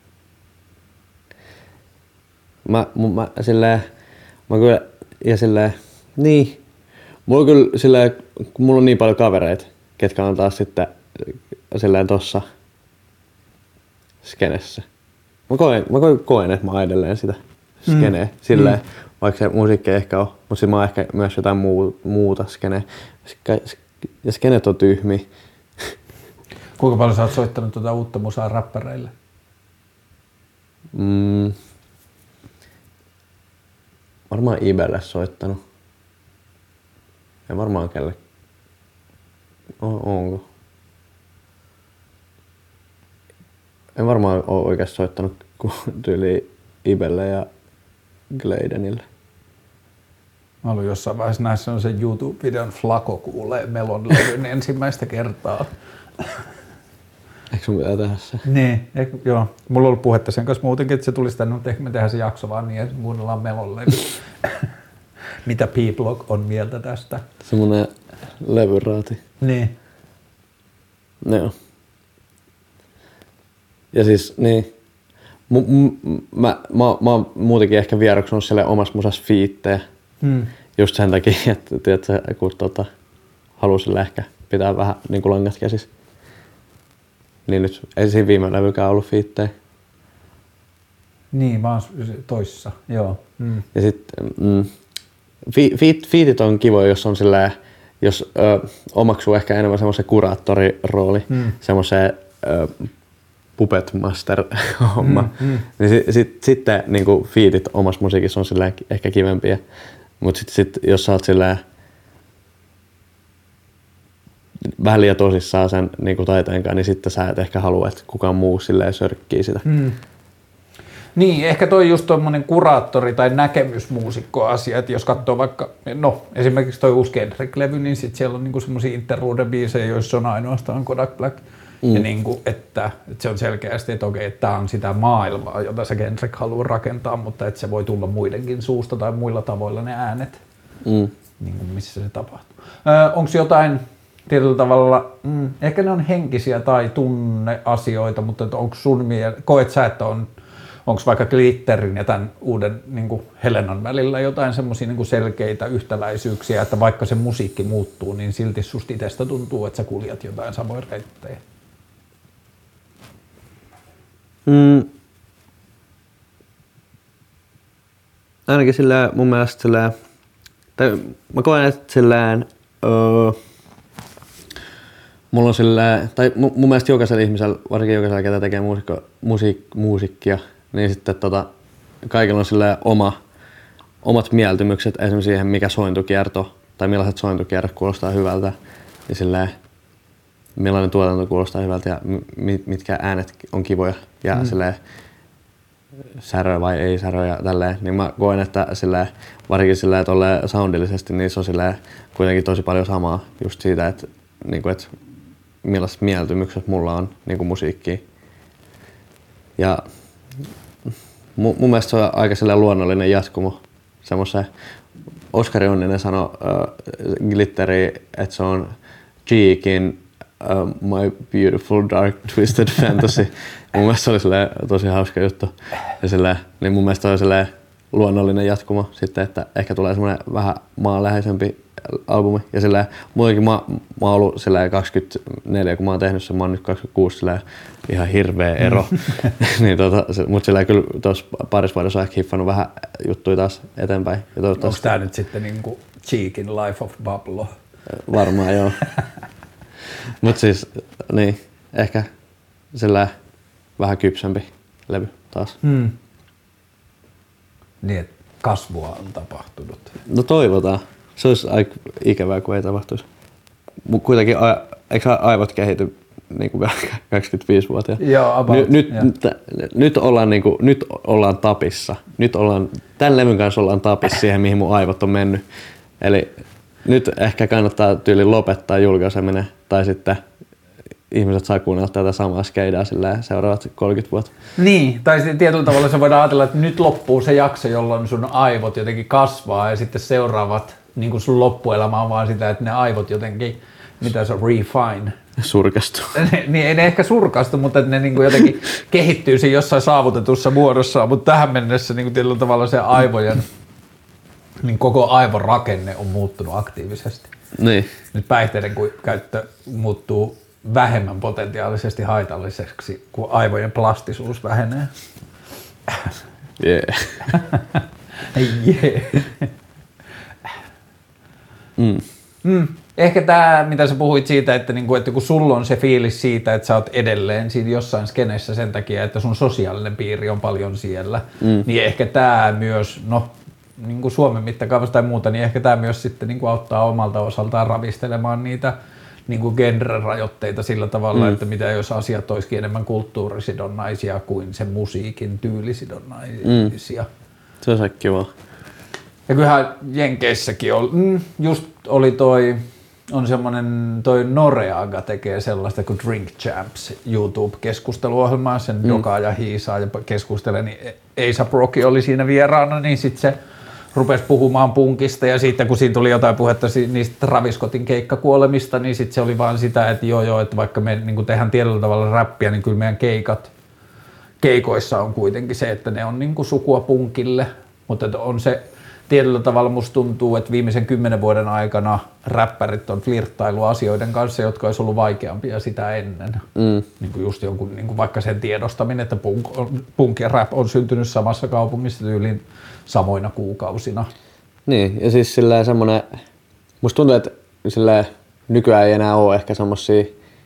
Mä kyllä, ja silleen, niin. Mulla on kyllä silleen, kun mulla on niin paljon kavereita, ketkä on taas sitten silleen tossa skenessä. Mä koen, että mä oon edelleen sitä skeneä. Silleen, vaikka se musiikki ei ehkä ole, mutta mä oon ehkä myös jotain muuta skeneä. Ja skenet on tyhmiä. Kuinka paljon sä oot soittanut tuota uutta musaa räppäreille? Varmaan Ibelle soittanut. En varmaan kelle. Onko? En varmaan ole oikeasti soittanut tyyliin Ibelle ja Gladenille. Mä olin jossain vaiheessa näissä sellaisen YouTube-videon Flako kuulee Melon levyn ensimmäistä kertaa. Eikö sun pitää tehdä se? Niin, joo. Mulla on ollut puhetta sen kanssa muutenkin, että se tulisi tänne, mutta ehkä me tehdään se jakso vaan niin, että kuunnellaan Melon levy. Mitä P-Block on mieltä tästä? Semmonen levyraati. Niin. Joo. Ja siis, niin. Mä oon muutenkin ehkä vieroksunut sille omassa musassa fiittejä. Just sen takia, että tiedätkö, kun haluaa sille ehkä pitää vähän niin kuin langat käsissä. Niin nyt ei siinä viime levykään ollut fiittejä. Niin, mä oon toissa, joo. Ja sitten fiitit on kivoja, jos on silleen, jos omaksuu ehkä enemmän semmoisen kuraattorirooli, semmoisen puppet master homma. Niin sitten niinku fiitit omassa musiikissa on silleen ehkä kivempiä. Mut sit jos sä oot silleen vähän liian tosissaan sen niinku taiteenkaan, niin sitten sä et ehkä halua, että kukaan muu silleen sörkkii sitä. Niin, ehkä toi just tommonen kuraattori- tai näkemysmuusikko-asia, että jos katsoo vaikka, no esimerkiksi toi uusi Kendrick-levy, niin sit siellä on niinku semmosia interlude-biisejä, joissa on ainoastaan Kodak Black. Ja niinku, että se on selkeästi, että okei, että tää on sitä maailmaa, jota se Kendrick haluaa rakentaa, mutta että se voi tulla muidenkin suusta tai muilla tavoilla ne äänet. niin kuin missä se tapahtuu. Onko jotain tietyllä tavalla, ehkä ne on henkisiä tai tunneasioita, mutta onko koet sä, että onko vaikka Glitterin ja tämän uuden niin kuin Helenan välillä jotain semmoisia niin kuin selkeitä yhtäläisyyksiä, että vaikka se musiikki muuttuu, niin silti susta itsestä tuntuu, että sä kuljet jotain samoja reittejä? Ainakin sillä mun mielestä sillä, tai mä koen, että sillä, mulla on sillä, tai mun mielestä jokaisella ihmisellä, varsinkin jokaisella, ketä tekee musiikkia, niin sitten kaikilla on sillä omat mieltymykset esimerkiksi siihen, mikä sointukierto tai millaiset sointukierrot kuulostaa hyvältä ja sillä, millainen tuotanto kuulostaa hyvältä ja mitkä äänet on kivoja ja sillä, särö vai ei särö ja tälleen, niin mä koen, että sillä, varsinkin sillä, että soundillisesti niin se on sillä, kuitenkin tosi paljon samaa just siitä, että, niin kuin, että millaiset mieltymykset mulla on niin kuin musiikkiin. Ja mun mielestä se on aika luonnollinen jatkumo. Semmoisen Oskari Onninen sanoi Glitteri, että se on Cheekin My Beautiful Dark Twisted Fantasy. Mun mielestä se oli tosi hauska juttu. Ja niin mun mielestä se oli luonnollinen jatkumo sitten, että ehkä tulee semmoinen vähän maanläheisempi albumi. Ja muutenkin mä oon ollut 24, kun mä oon tehnyt sen, mä oon nyt 26, ihan hirveä ero. Niin mutta kyllä tuossa parissa vuodessa on ehkä hiffannut vähän juttuja taas eteenpäin. Onko tää nyt sitten niinku Cheekin Life of Pablo? Varmaan joo. Mut siis niin, ehkä vähän kypsempi levy taas. Niin, että kasvua on tapahtunut. No toivotaan. Se olisi aika ikävää, kun ei tapahtuisi. Mutta kuitenkin, eikö aivot kehity niin kuin 25-vuotiaat? Joo, about. Nyt ollaan tapissa. Tämän levyn kanssa ollaan tapissa siihen, mihin mun aivot on mennyt. Eli nyt ehkä kannattaa tyyliin lopettaa julkaiseminen, tai sitten ihmiset saa kuunnella tätä samaa skeidaa seuraavat 30 vuotta. Niin, tai sitten tietyllä tavalla se voidaan ajatella, että nyt loppuu se jakso, jolloin sun aivot jotenkin kasvaa ja sitten seuraavat niin kuin sun loppuelämä on vaan sitä, että ne aivot jotenkin, mitä se on, refine. Surkastu. Niin ei ne ehkä surkastu, mutta että ne niin kuin jotenkin kehittyy siinä jossain saavutetussa muodossa, mutta tähän mennessä niin kuin tietyllä tavalla se aivojen, niin koko aivon rakenne on muuttunut aktiivisesti. Niin. Nyt päihteiden käyttö muuttuu vähemmän potentiaalisesti haitalliseksi, kun aivojen plastisuus vähenee. Yeah. Yeah. Ehkä tämä, mitä sä puhuit siitä, että kun sulla on se fiilis siitä, että sä oot edelleen siinä jossain skenessä sen takia, että sun sosiaalinen piiri on paljon siellä, niin ehkä tämä myös, niin kuin Suomen mittakaavassa tai muuta, niin ehkä tämä myös sitten niin kuin auttaa omalta osaltaan ravistelemaan niitä niin kuin genre-rajoitteita sillä tavalla, että mitä jos asiat olisikin enemmän kulttuurisidonnaisia kuin se musiikin tyylisidonnaisia. Se on kiva. Ja kyllähän Jenkeissäkin oli on semmonen toi Noreaga tekee sellaista kuin Drink Champs YouTube-keskusteluohjelmaa, sen dokaa ja hiisaa ja keskustelee, niin A$AP Rocky oli siinä vieraana, niin sit se rupesi puhumaan punkista ja sitten kun siinä tuli jotain puhetta niistä Travis Scottin keikkakuolemista, niin sitten se oli vaan sitä, että joo, että vaikka me niin tehdään tietyllä tavalla räppiä, niin kyllä meidän keikoissa on kuitenkin se, että ne on niin kuin sukua punkille, mutta on se tietyllä tavalla musta tuntuu, että viimeisen 10 vuoden aikana räppärit on flirttailu asioiden kanssa, jotka olisi ollut vaikeampia sitä ennen. Niin kuin just jonkun, niin kuin vaikka sen tiedostaminen, että punk ja rap on syntynyt samassa kaupungissa tyyliin samoina kuukausina. Niin, ja siis semmoinen, musta tuntuu, että nykyään ei enää ole ehkä semmosia,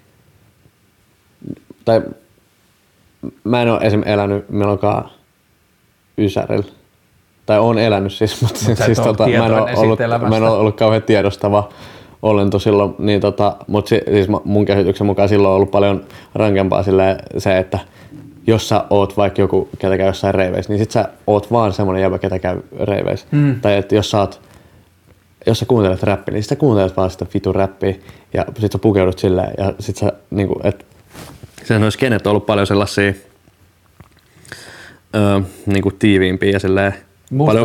tai mä en ole esimerkiksi elänyt milloinkaan Ysärillä. Tai oon elänyt siis, mutta siis mä en ole ollut kauhean tiedostava olento silloin, niin mutta siis mun käsityksen mukaan silloin on ollut paljon rankempaa se, että jos sä oot vaikka joku, ketä käy jossain reiveissä, niin sit sä oot vaan semmonen jäbä, ketä käy reiveissä. Tai että jos sä kuuntelet räppiä, niin sit sä kuuntelet vaan sitä vitun räppiä ja sit sä pukeudut silleen ja sit sä niinku, että sehän olisi skenet ollut paljon sellaisia niinku tiiviimpiä ja silleen paljon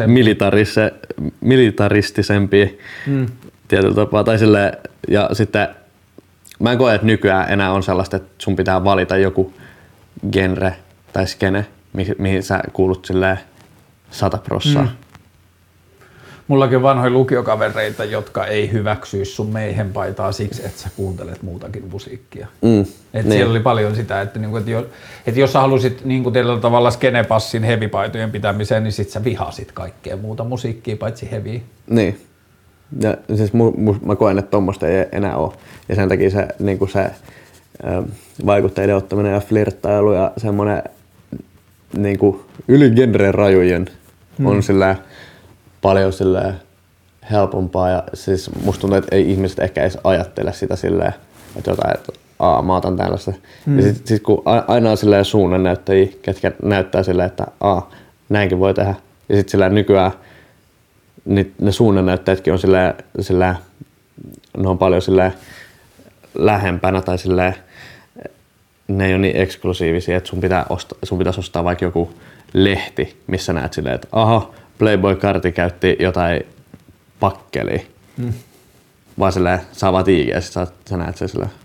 militaristisempi tietyllä tapaa. Tai silleen, ja sitten mä en koe, että nykyään enää on sellaista, että sun pitää valita joku genre tai skene, mihin sä kuulut silleen 100%. Mullakin on vanhoja lukiokavereita, jotka ei hyväksyisi sun meihenpaitaa siksi, että sä kuuntelet muutakin musiikkia. Niin. Siellä oli paljon sitä, että jos sä halusit tietyllä tavalla skenepassin hevipaitojen pitämiseen, niin sit sä vihasit kaikkea muuta musiikkia paitsi heviä. Niin. Ja siis mä koen, että tommoista ei enää ole. Ja sen takia se, se vaikutteiden ottaminen ja flirttailu ja semmonen yli genren rajujen on silleen paljon silleen helpompaa. Ja siis musta tuntuu, että ei ihmiset ehkä edes ajattele sitä silleen, että jotain, että mä otan tällaista. Ja sit kun aina on silleen suunnannäyttäjiä, ketkä näyttää silleen, että näinkin voi tehdä. Ja sit silleen nykyään niin ne suunnannäyttäjätkin on silleen, ne on paljon silleen lähempänä tai silleen, ne ei ole niin eksklusiivisia, että sun pitäisi ostaa vaikka joku lehti, missä näet silleen, että Playboy Carti käytti jotain pakkelia. Vaan silleen, saa vaan tiikiä ja sit sä näet sen silleen.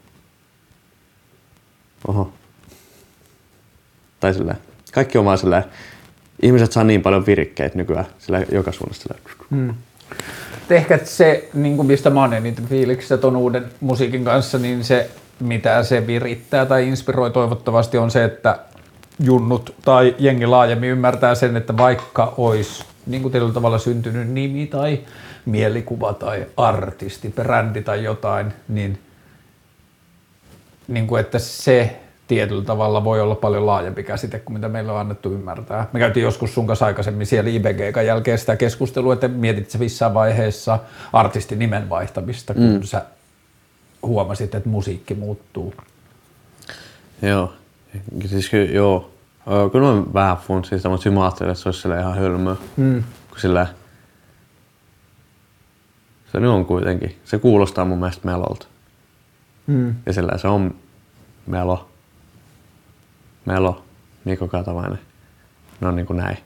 Tai silleen, kaikki on vaan silleen, ihmiset saa niin paljon virikkeitä nykyään sillä joka suunnasta. Ehkä se, mistä mä oon eniten fiiliksissä ton uuden musiikin kanssa, niin se, mitä se virittää tai inspiroi toivottavasti on se, että junnut tai jengi laajemmin ymmärtää sen, että vaikka olisi tietyllä tavalla syntynyt nimi tai mielikuva tai artisti, brändi tai jotain, niin että se tietyllä tavalla voi olla paljon laajempi käsite kuin mitä meillä on annettu ymmärtää. Me käytiin joskus sun kanssa aikaisemmin siellä IBG:n jälkeen sitä keskustelua, että mietit sä missään vaiheessa artistin nimen vaihtamista, kun sä huomasit, että musiikki muuttuu. Joo, siis joo. Kyllä mä vähän funtsin sitä, mutta mä ajattelin, että se olisi ihan hölmöä. Kun sillä se nyt on kuitenkin. Se kuulostaa mun mielestä melolta. Ja sillä se on melo, Mikko Katavainen. Ne on niinku näin.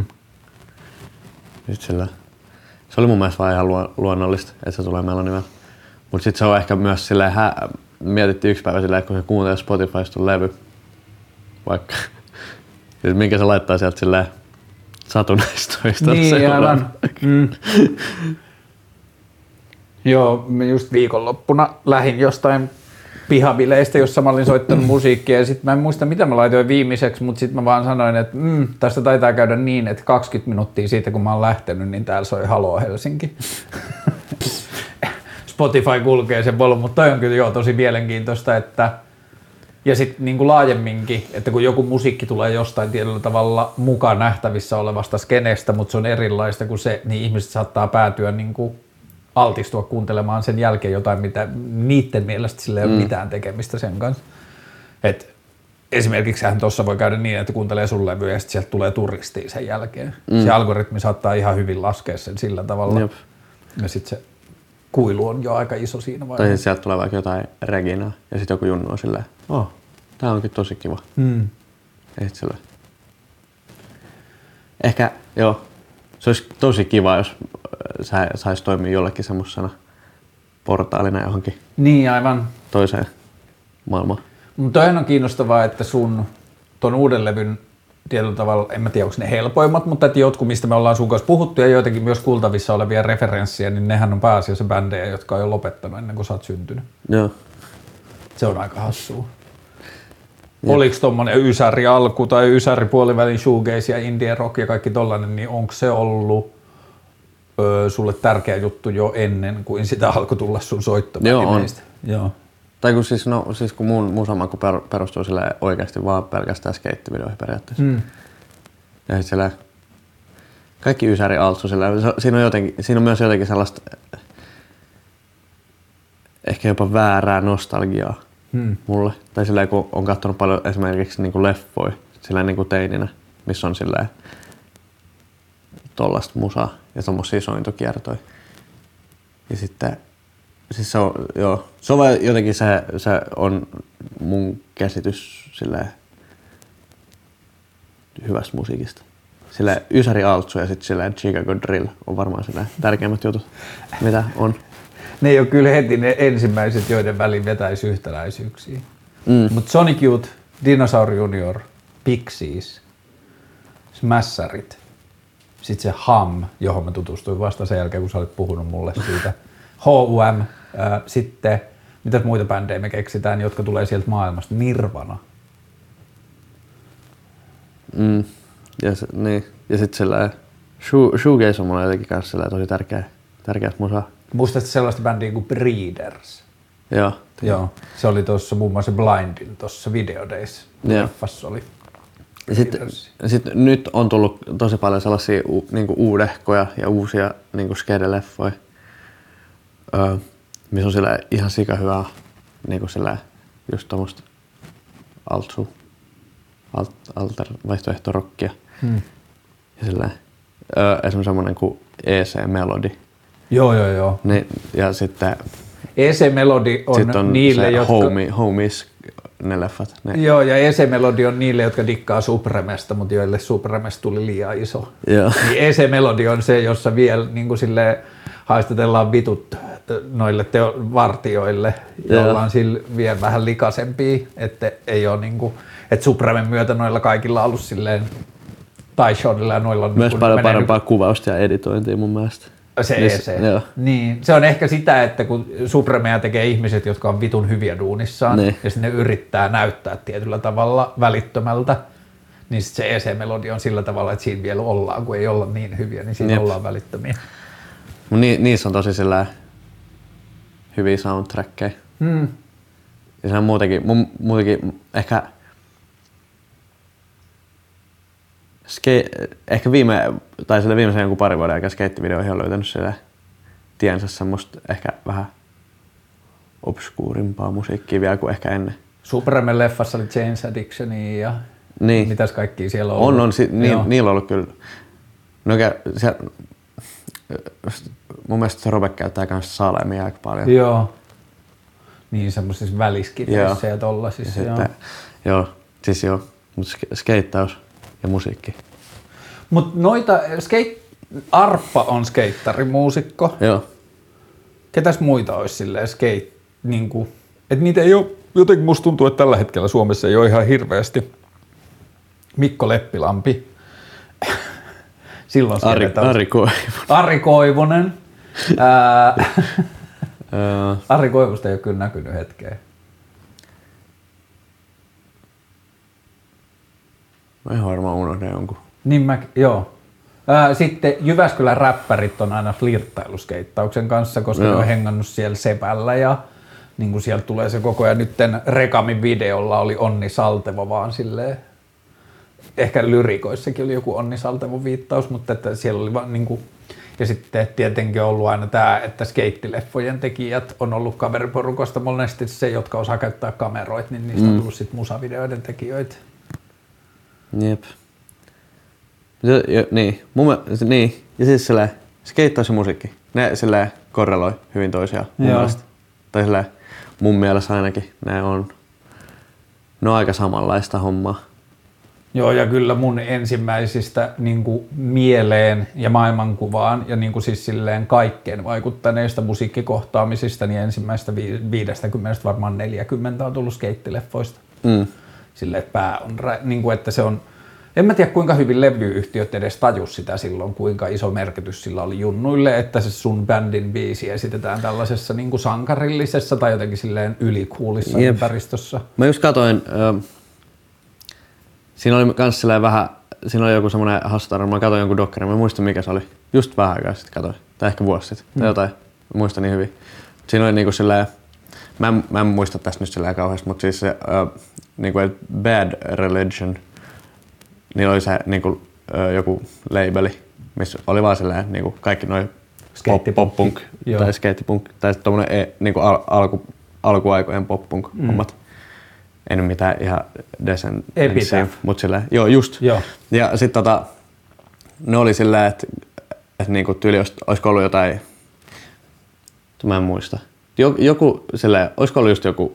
Sillä, se oli mun mielestä vaan ihan luonnollista, että se tulee melonimellä. Mut sit se on ehkä myös silleen, mietittiin yksi päivä silleen, että kun se kuuntelee Spotifysta levy, vaikka, minkä se laittaa sieltä silleen satunnaistoista. Niin, aivan. Joo, mä just viikonloppuna lähdin jostain pihabileistä, jossa mä olin soittanut musiikkia ja sit mä en muista mitä mä laitoin viimeiseksi, mutta sit mä vaan sanoin, että tästä taitaa käydä niin, että 20 minuuttia siitä kun mä oon lähtenyt, niin täällä soi Haloo Helsinki. Spotify kulkee sen volum, mutta toi on kyllä tosi mielenkiintoista, että ja sitten laajemminkin, että kun joku musiikki tulee jostain tietyllä tavalla mukaan nähtävissä olevasta skeneestä, mutta se on erilaista kuin se, niin ihmiset saattaa päätyä altistua kuuntelemaan sen jälkeen jotain, mitä niiden mielestä sillä ei ole mitään tekemistä sen kanssa. Et esimerkiksi tuossa voi käydä niin, että kuuntelee sun levyä ja sitten sieltä tulee turistia sen jälkeen. Se algoritmi saattaa ihan hyvin laskea sen sillä tavalla. Jop. Ja sitten se kuilu on jo aika iso siinä vaiheessa. Tai sieltä tulee vaikka jotain Reginaa ja sitten joku junnu on silleen, tää onkin tosi kiva. Ehkä joo, se olisi tosi kiva, jos sais toimia jollekin semmosena portaalina johonkin aivan toiseen maailmaan. Mutta toihan on kiinnostavaa, että sun ton uuden levyn tietyllä tavalla, en mä tiedä onko ne helpoimmat, mutta että jotkut, mistä me ollaan sun kanssa puhuttu ja joitakin myös kuultavissa olevia referenssiä, niin nehän on pääasiassa bändejä, jotka on jo lopettanut ennen kuin sä oot syntynyt. Joo. Se on aika hassua. Oliko tommonen ysäri alku tai ysäri puolivälin shoegaze ja indie rock ja kaikki tollanen, niin onko se ollut sulle tärkeä juttu jo ennen kuin sitä alkoi tulla sun soittamaan? Joo, on. Joo. Tai kun kun mun musamaku perustuu oikeasti vaan pelkästään skeittivideoihin periaatteessa. Ja sit kaikki ysäri altsu siinä on myös jotenkin sellaista ehkä jopa väärää nostalgiaa mulle. Tai kun on katsonut paljon esimerkiksi leffoja teininä, missä on tollaista musaa ja tommosia sointokiertoja. Ja sitten siis se on vaan jotenkin se on mun käsitys hyvästä musiikista. silleen Ysäri Altsu ja sitten silleen Chicago Drill on varmaan silleen tärkeimmät jutut, mitä on. Ne ei ole kyllä heti ne ensimmäiset, joiden väliin vetäisi yhtäläisyyksiä. Mutta Sonic Youth, Dinosaur Junior, Pixies, Smasherit, sitten se Ham, johon mä tutustuin vasta sen jälkeen, kun sä olit puhunut mulle siitä. H.U.M. Sitten, mitäs muita bändejä me keksitään, jotka tulee sieltä maailmasta? Nirvana. Ja sitten sellainen shoegaze on mulle jotenkin kanssa sellainen tosi tärkeä musa. Muistatko sellaista bändiä kuin Breeders? Joo. Se oli tuossa muun muassa Blindin tuossa Video Days. Leffassa oli. Ja sitten nyt on tullut tosi paljon sellaisia niinku uudehkoja ja uusia niinku skede-leffoja, missä on sillä ihan sika hyvää niinku sillä just tommoista vaihtoehtorokkia. Ja sillä esimerkiksi semmonen kuin EC Melody. Joo. Ja sitten EC Melody on niille, jotka... Homies, ne leffat. Ne. Joo, ja EC Melody on niille, jotka dikkaa Supremesta, mutta joille Supremesta tuli liian iso. Joo. Niin EC Melody on se, jossa vielä niin kuin silleen haistatellaan vitut noille vartijoille, joilla on sillä vielä vähän likaisempia, että ei ole niin kuin, että Supremen myötä noilla kaikilla on ollut silleen Tyshawnilla ja noilla on myös niin paljon parempaa kuvausta ja editointia mun mielestä. Se EC. Niin, se on ehkä sitä, että kun Supremea tekee ihmiset, jotka on vitun hyviä duunissaan, ja sitten ne yrittää näyttää tietyllä tavalla välittömältä, niin sit se EC-melodi on sillä tavalla, että siinä vielä ollaan, kun ei olla niin hyviä, niin siinä ollaan välittömiä. Niissä on tosi hyviä soundtrackeja. Ja se on muutenkin ehkä viimeisen jonkun parin vuoden aikaa skeittivideoihin on löytänyt sille tiensä semmoista ehkä vähän obskuurimpaa musiikkia vielä kuin ehkä ennen. Supremen leffassa oli Jane's Addictionia ja mitäs kaikkia siellä on ollut. Niillä on ollut kyllä. Mun mielestä Robert käyttää kanssa Salemia aika paljon. Joo. Niin semmoisissa väliskiteissä ja tollasissa. Mutta skeittaus ja musiikki. Mut noita, Arppa on skeittarimuusikko. Joo. Ketäs muita olisi silleen niinku, että niitä ei ole, jotenkin musta tuntuu, että tällä hetkellä Suomessa ei ole ihan hirveästi. Mikko Leppilampi. Silloin Ari Koivunen. Ari Koivusta ei ole kyllä näkynyt hetkeen. Mä ihan varmaan unohdan jonkun. Joo. Sitten Jyväskylän räppärit on aina flirttailuskeittauksen kanssa, koska ne on hengannut siellä Sepällä ja niin kuin sieltä tulee se koko ajan. Nytten Rekamin videolla oli Onni Saltevo vaan silleen, ehkä lyrikoissakin oli joku Onni Saltevon viittaus, mutta että siellä oli vaan niinku, ja sitten tietenkin on ollut aina tämä, että skeittileffojen tekijät on ollut kaveriporukasta monesti se, jotka osaa käyttää kameroita, niin niistä on tullut sitten musavideoiden tekijöitä. Jep. Niin. Ja siis silleen, skeittaus ja musiikki, ne silleen korreloi hyvin toisiaan mun mielestä. Tai silleen, mun mielestä ainakin ne on aika samanlaista hommaa. Joo, ja kyllä mun ensimmäisistä niin kuin mieleen ja maailmankuvaan ja niin kuin siis silleen kaikkeen vaikuttaneista musiikkikohtaamisista, niin ensimmäistä 50 varmaan 40 on tullut skeittileffoista. Silleen, että pää on, niin kuin, että se on, en mä tiedä kuinka hyvin levyyhtiöt edes tajus sitä silloin, kuinka iso merkitys sillä oli junnuille, että se sun bändin biisi esitetään tällaisessa niin kuin sankarillisessa tai jotenkin silleen ylikuulissa ympäristössä. Mä just katoin, siinä oli kans silleen vähän, siinä oli joku semmonen hastarma, mä katsoin jonkun dokkarin, mä en muista mikä se oli, just vähän aikaa sitten katsoin, tai ehkä vuosi sitten, tai jotain, mä muistan niin hyvin. Siinä oli niinku silleen, mä en muista tästä nyt silleen kauheasti, mutta siis se niinku Bad Religion, niillä oli se niinku joku labeli, missä oli vaan silleen niinku kaikki noi pop-punk tai skeittipunk tai tommonen niinku alkuaikojen pop-punk hommat. En mitään ihan Descendantsia, mutta silleen, just. Joo. Ja sit ne oli silleen, että niinku tyyli olisiko ollut jotain, mä en muista. Joku silleen, olisiko ollut just joku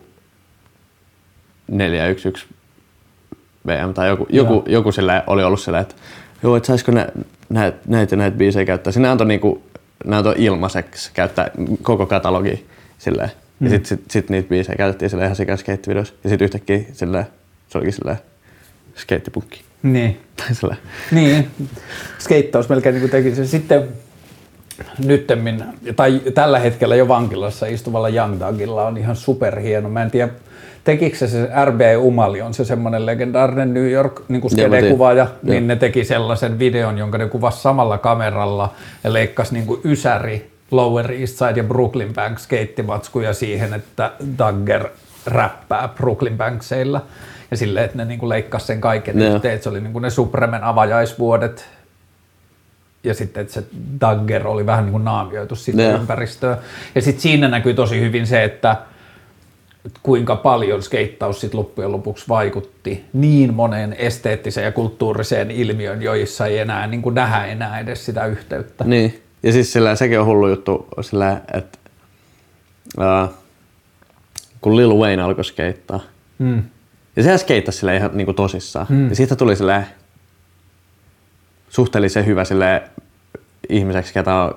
411 VM tai joku silleen oli ollut silleen, että Joo, että saisiko näitä biisejä käyttää. Sinne antoi ilmaiseksi käyttää koko katalogi silleen. Ja sit niitä biisejä käytettiin silleen ihan sikan skeittivideossa. Ja sit yhtäkkiä silleen, se olikin silleen skeittipunkki. Niin. Tai silleen. Niin. Skeittaus melkein niin kuin teki se. Sitten nyttemmin, tai tällä hetkellä jo vankilassa istuvalla Young Thugilla on ihan superhieno. Mä en tiedä, tekikö se R.B. Umali, on se semmoinen legendaarinen New York niin skede-kuvaaja, niin ne teki sellaisen videon, jonka ne kuvasi samalla kameralla ja leikkasi niin kuin ysäri Lower East Side ja Brooklyn Bank skeittimatskuja siihen, että Thugger räppää Brooklyn Bankseilla ja silleen, että ne niin kuin leikkasi sen kaiken yhteen. Se oli niin kuin ne Supremen avajaisvuodet ja sitten, että se Thugger oli vähän niin kuin naamioitu sitten ympäristöön. Ja sitten siinä näkyy tosi hyvin se, että kuinka paljon skeittaus sit loppujen lopuksi vaikutti niin moneen esteettiseen ja kulttuuriseen ilmiöön, joissa ei enää niin kuin nähdä enää edes sitä yhteyttä. Niin, ja siis sekin on hullu juttu, että kun Lil Wayne alkoi skeittaa, ja sehän skeittasi silleen ihan niin kuin tosissaan, ja siitä tuli silleen suhteellisen hyvä silleen ihmiseksi, ketä on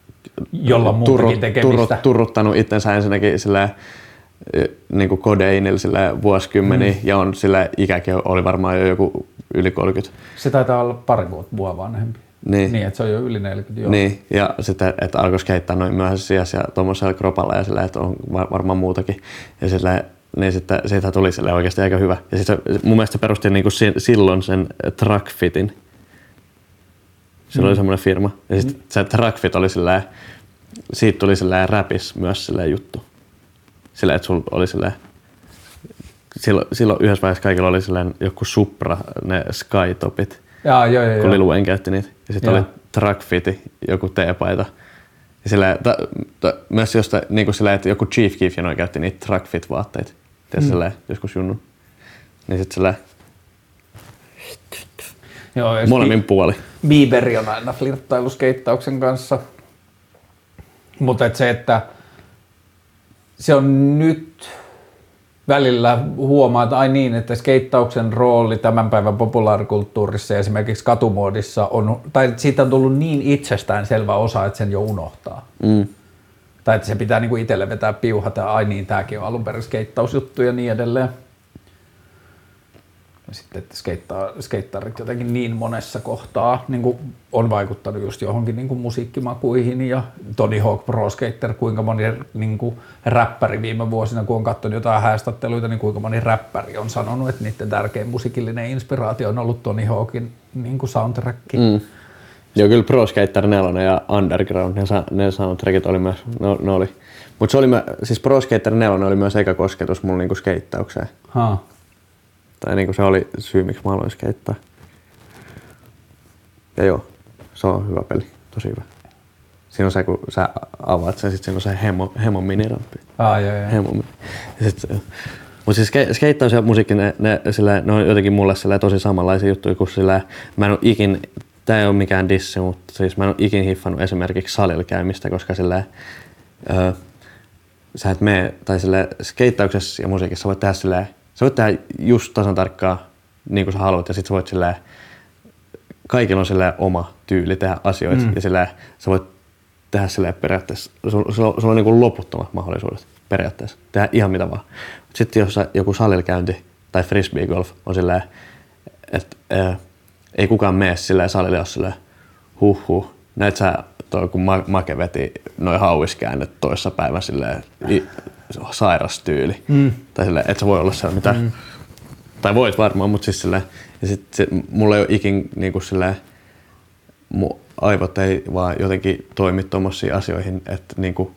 turruttanut itsensä ensinnäkin silleen niinku kodeinilla vuosikymmeniä ja on sillä ikäkin oli varmaan jo joku yli 30. Se taitaa olla pari vuotta vanhempi. Niin, että se on jo yli 40. Joo. Niin, ja sitten, että alkoi skeittää noin myöhäisessä iässä ja tuommoisella kropalla ja sillä, että on varmaan muutakin. Ja sillä, niin sitten siitä tuli sille oikeasti aika hyvä. Ja sitten mun mielestä perusti niinku silloin sen Trackfitin. Sillä oli semmoinen firma. Ja sitten se Trackfit oli sillä, siitä tuli sillä räpis myös sillä juttu. Sillä, että sulla oli silleen, silloin yhdessä vaiheessa kaikilla oli silleen joku Supra, ne Skytopit, kun Lil Wayne käytti niitä. Ja sitten oli Trackfiti, joku teepaita. Ja silleen, myös jostain, niin kuin silleen, että joku Chief Keef ja noin käytti niitä Trackfit-vaatteita. Tiedätkö silleen, joskus junnu. Niin sitten silleen, molemmin puoli. Bieberi on aina flirttailu skeittauksen kanssa. Mutta se, että se on nyt välillä huomaa, että että skeittauksen rooli tämän päivän populaarikulttuurissa ja esimerkiksi katumuodissa on, tai siitä on tullut niin itsestään selvä osa, että sen jo unohtaa. Tai että se pitää niinku itselle vetää piuhat ja tääkin on alun perin skeittausjuttu ja niin edelleen. Ja sitten, että skeittarit jotenkin niin monessa kohtaa niin kuin on vaikuttanut just johonkin niin kuin musiikkimakuihin ja Tony Hawk Pro Skater, kuinka moni niin kuin räppäri viime vuosina, kun on katsonut jotain haastatteluita, niin kuinka moni räppäri on sanonut, että niiden tärkein musiikillinen inspiraatio on ollut Tony Hawkin niin kuin soundtrack. Joo, kyllä Pro Skater 4 ja Underground, ne soundtrackit oli myös, ne oli. Mutta se oli, siis Pro Skater 4 oli myös eka kosketus mulla niinku skeittaukseen. Tai niinku se oli syy, miksi mä aloin skeittaa. Ja joo, se on hyvä peli, tosi hyvä. Siinä on se, kun sä avaat sen, sit siinä on se hemon minirampi. Mutta siis skeittaus ja musiikki, ne on jotenkin mulle tosi samanlaisia juttuja kuin sillä, mä en oo ikin, tää ei oo mikään dissi, mutta siis mä en oo ikin hiffannut esimerkiksi salilla käymistä, koska sillä sä et mene, tai sillä skeittauksessa ja musiikissa voit tehdä silleen, sä voit tehdä just tasan tarkkaan niin kuin sä haluat ja sit sä voit silleen, kaikilla on silleen oma tyyli tehdä asioita ja silleen, sä voit tehdä silleen periaatteessa, sulla on niin kuin loputtomat mahdollisuudet periaatteessa, tehdä ihan mitä vaan. Sitten jos joku salilla käynti tai frisbee golf on silleen, että ei kukaan mene silleen salille, jos silleen näet sä toi kun Make veti noin hauiskäännöt toissa päivän silleen sairas tyyli. Tai silleen, et sä voi olla siellä mitään. Tai voit varmaan, mutta siis silleen, ja sit mulla ei ole ikin niinku silleen, mun aivot ei vaan jotenkin toimi tommosiin asioihin, että niinku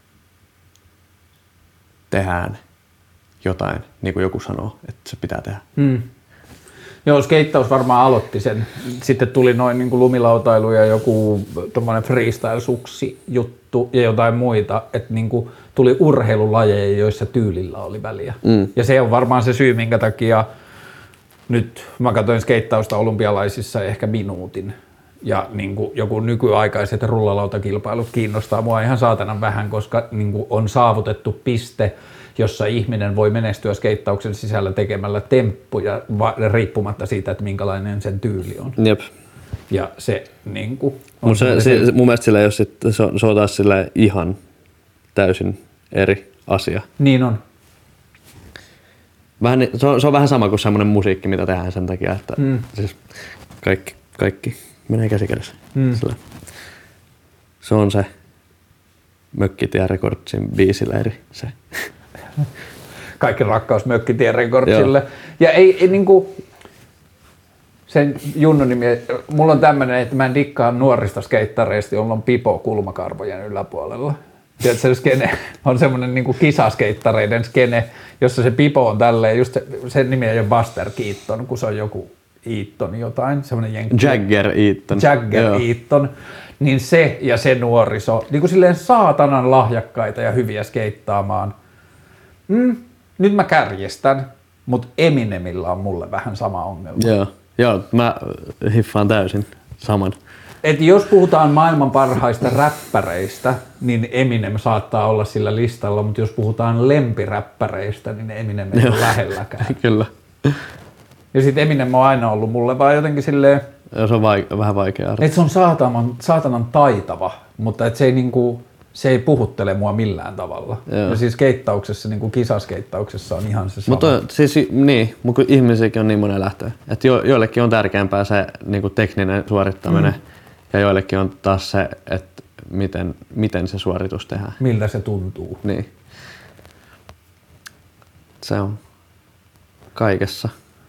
tehdään jotain, niin kuin joku sanoo, että se pitää tehdä. Joo, skeittaus varmaan aloitti sen. Sitten tuli noin niin kuin lumilautailu ja joku tommoinen freestyle-suksi juttu ja jotain muita, että niin kuin tuli urheilulajeja, joissa tyylillä oli väliä. Ja se on varmaan se syy, minkä takia nyt mä katsoin skeittausta olympialaisissa ehkä minuutin. Ja niin kuin joku nykyaikaiset rullalautakilpailut kiinnostaa mua ihan saatanan vähän, koska niin kuin on saavutettu piste, jossa ihminen voi menestyä skeittauksen sisällä tekemällä temppuja riippumatta siitä, että minkälainen sen tyyli on. Jep. Ja se niinku... Mun mielestä sillä ei ole sitten, se on taas sillä ihan täysin eri asia. Niin on. Vähän, se on vähän sama kuin semmoinen musiikki, mitä tehdään sen takia, että siis kaikki menee käsikädessä. Se on se Mökkitie Recordsin biisileiri. Se. Kaikki rakkaus Mökkitie Recordsille. Ja ei niinku... Sen Junnu nimi, mulla on tämmönen, että mä en dikkaa nuorista skeittareista, jolla on pipo kulmakarvojen yläpuolella. Tiedätkö, se skene on semmonen niinku kisaskeittareiden skene, jossa se pipo on tälleen, just sen nimi ei ole Buster Keaton, kun se on joku Eaton jotain, semmonen jenkki. Jagger Eaton. Eaton. Niin se ja se nuoriso, niin kuin silleen saatanan lahjakkaita ja hyviä skeittaamaan. Nyt mä kärjestän, mutta Eminemillä on mulle vähän sama ongelma. Joo, mä hiffaan täysin saman. Et jos puhutaan maailman parhaista räppäreistä, niin Eminem saattaa olla sillä listalla, mutta jos puhutaan lempiräppäreistä, niin Eminem ei ole lähelläkään. Kyllä. Ja sit Eminem on aina ollut mulle vaan jotenkin silleen... Se on vähän vaikea arvata. Että se on saatanan taitava, mutta et se ei puhuttele mua millään tavalla. Joo. Ja siis skeittauksessa, niin kuin kisaskeittauksessa on ihan se sama. Mutta siis, niin, mutta ihmisiäkin on niin monen lähtöä. Että joillekin on tärkeämpää se niin kuin tekninen suorittaminen ja joillekin on taas se, että miten se suoritus tehdään. Miltä se tuntuu. Niin. Se on kaikessa.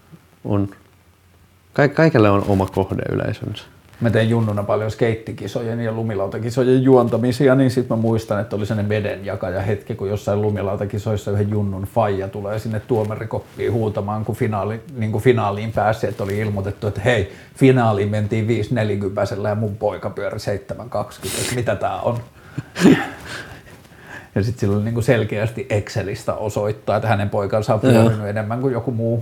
Kaikelle on oma kohdeyleisönsä. Mä tein junnuna paljon skeittikisojen ja lumilautakisojen juontamisia, niin sit mä muistan, että oli sellainen vedenjakaja hetki, kun jossain lumilautakisoissa yhden junnun faija tulee sinne tuomarikoppiin huutamaan, kun finaaliin pääsi, että oli ilmoitettu, että hei, finaaliin mentiin 5.40 ja mun poika pyöri 7.20, että mitä tää on? Ja sit sillä oli selkeästi Excelistä osoittaa, että hänen poikansa on pyörinyt enemmän kuin joku muu.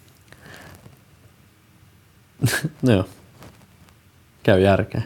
Joo. Käy järkeä.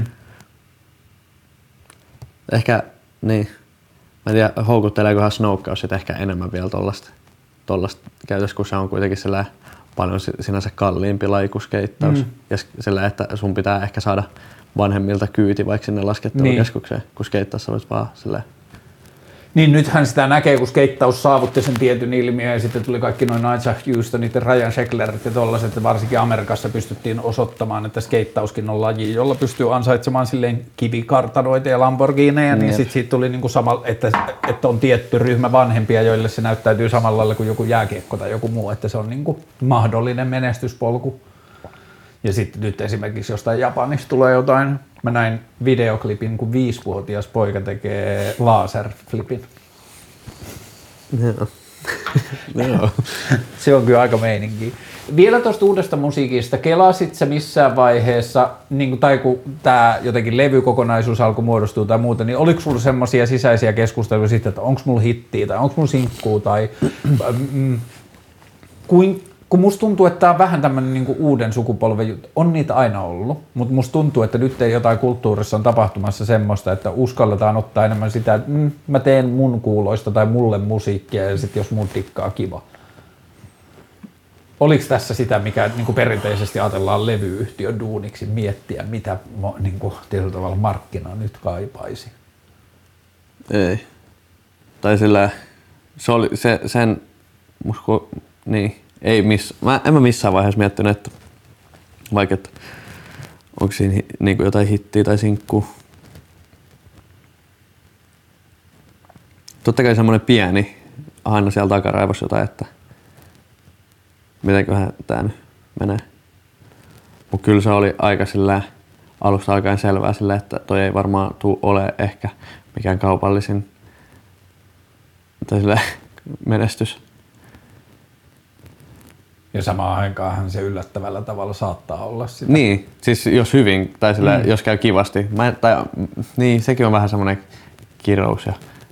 Ehkä, niin. Mä en tiedä, houkutteleekohan snoukkaus sit ehkä enemmän vielä tollasta käytössä, kun se on kuitenkin paljon sinänsä kalliimpi laji kuin skeittaus. Ja sillä, että sun pitää ehkä saada vanhemmilta kyyti vaikka sinne laskettelukeskukseen, kun skeittaassa voisi vaan silleen. Niin nythän sitä näkee, kun skeittaus saavutti sen tietyn ilmiön ja sitten tuli kaikki noin Nigel Houstonit ja Ryan Shecklerit ja tollaiset, että varsinkin Amerikassa pystyttiin osoittamaan, että skeittauskin on laji, jolla pystyy ansaitsemaan silleen kivikartanoita ja Lamborghineja, niin sitten siitä tuli sama, että on tietty ryhmä vanhempia, joille se näyttäytyy samalla lailla kuin joku jääkiekko tai joku muu, että se on mahdollinen menestyspolku. Ja sitten nyt esimerkiksi jostain Japanista tulee jotain. Mä näin videoklipin, kun 5-vuotias poika tekee laserflipin. Joo. Se on kyllä aika meininki. Vielä tuosta uudesta musiikista, kelasit sä missään vaiheessa, tai kun tää jotenkin levykokonaisuus alkoi muodostua tai muuta, niin oliko sulla semmoisia sisäisiä keskusteluja siitä, että onko mulla hittiä tai onko mulla sinkkuu tai kun musta tuntuu, että tää on vähän tämmönen uuden sukupolven juttu. On niitä aina ollut, mutta musta tuntuu, että nyt ei jotain kulttuurissa on tapahtumassa semmoista, että uskalletaan ottaa enemmän sitä, että mä teen mun kuuloista tai mulle musiikkia ja sit jos mun dikkaa kiva. Oliko tässä sitä, mikä perinteisesti ajatellaan levyyhtiön duuniksi miettiä, mitä tietyllä tavalla markkina nyt kaipaisi? Ei. Tai sillä se oli sen niin. En mä missään vaiheessa miettinyt, että vaikka että onko siinä jotain hittiä tai sinkkuu. Totta kai semmoinen pieni aina siellä takaraivossa jotain, että mitenköhän tää nyt menee. Mut kyllä se oli aika alusta alkaen selvää sillä, että toi ei varmaan tule ole ehkä mikään kaupallisin tai menestys. Ja samaan aikaanhan se yllättävällä tavalla saattaa olla sitä. Niin, siis jos hyvin tai jos käy kivasti. Niin, sekin on vähän semmoinen kirous.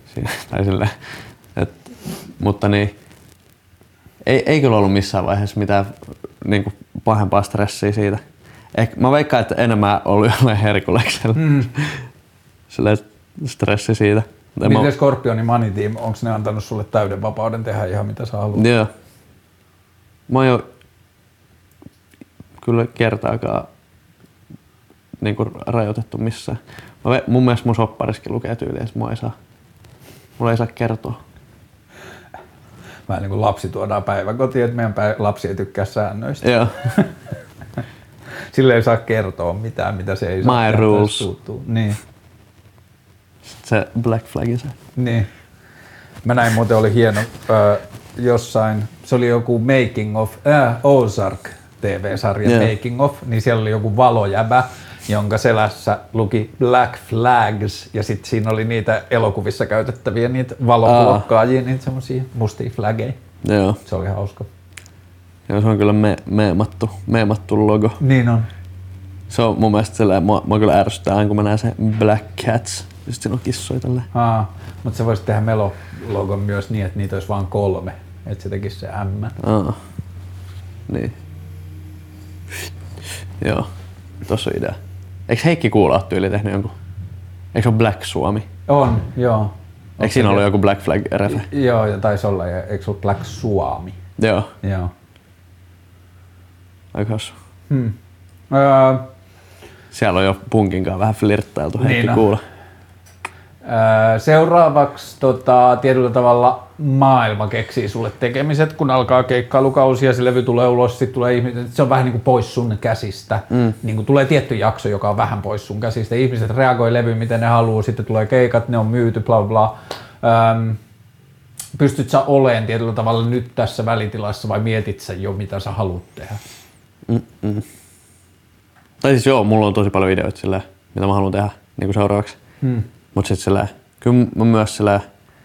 Mutta niin, ei kyllä ollut missään vaiheessa mitään pahempaa stressiä siitä. Mä veikkaan, että enemmän ollut jollain Herkuleksella. Stressi siitä. Miten Scorpionin Money Team, onko ne antanut sulle täyden vapauden tehdä ihan mitä sä haluat? Joo. Mä oon jo kyllä kertaakaan niinku rajoitettu missään. Mun mielestä mun soppariskin lukee tyyliin, että mulla ei saa kertoa. Vähän niin kuin lapsi tuodaan päiväkotiin, että meidän lapsi ei tykkää säännöistä. Joo. Sille ei saa kertoa mitään, mitä se ei saa. My rules. Suuttuu. Niin. Se black flagin se. Niin. Mä näin muuten, oli hieno jossain, se oli joku making of, Ozark TV-sarja making of, niin siellä oli joku valojäbä, jonka selässä luki Black Flags, ja sitten siinä oli niitä elokuvissa käytettäviä niitä valoblockkaajia, niitä semmosia mustia flaggeja. Joo. Se oli hauska. Joo, se on kyllä meemattu logo. Niin on. Se on mun mielestä sellainen, mua kyllä ärsyttää aina kun mä näen se Black Cats, just siinä on kissoja tälleen. Mutta se voisi tehdä Melo-logon myös niin, että niitä olisi vain 3, että se tekisi se M. Niin. Joo, tossa on idea. Eikö Heikki Kuula tyyli tehnyt jonkun? Eikö se ole Black Suomi? On, joo. Eikö siinä ollut joku Black Flag refe? Joo, ja taisi olla, ja eikö se ollut Black Suomi? Joo. Joo. Aika hassu. Siellä on jo punkinkaan vähän flirttailtu Heikki Kuula. Seuraavaksi tietyllä tavalla maailma keksii sulle tekemiset, kun alkaa keikkailukausi ja se levy tulee ulos, sit tulee ihmiset, se on vähän niin kuin pois sun käsistä. Niin kuin tulee tietty jakso, joka on vähän pois sun käsistä. Ihmiset reagoi levyyn, miten ne haluaa, sitten tulee keikat, ne on myyty, bla bla. Pystyt sä oleen tietyllä tavalla nyt tässä välitilassa vai mietit sä jo, mitä sä haluat tehdä? Tai siis joo, mulla on tosi paljon ideoita silleen, mitä mä haluan tehdä niin kuin seuraavaksi. Mut sit silleen, kyllä mä myös silleen,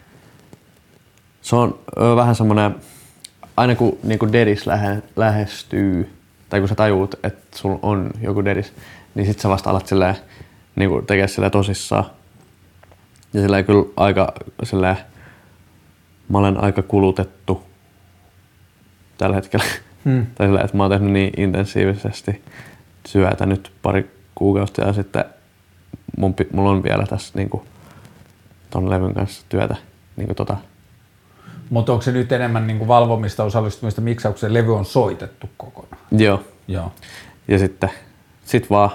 se on vähän semmonen, aina kun niinku dedis lähestyy, tai kun sä tajuut, että sulla on joku dedis, niin sit sä vasta alat silleen, niinku tekee silleen tosissaan. Ja silleen kyllä aika silleen, mä olen aika kulutettu tällä hetkellä. Tai silleen, että mä oon tehnyt niin intensiivisesti työtä nyt pari kuukautta ja sitten mulla on vielä tässä niinku ton levyn kanssa työtä niinku Mutta onko se nyt enemmän niinku valvomista, osallistumista, miksaukseen levy on soitettu kokonaan? Joo. Ja sitten vaan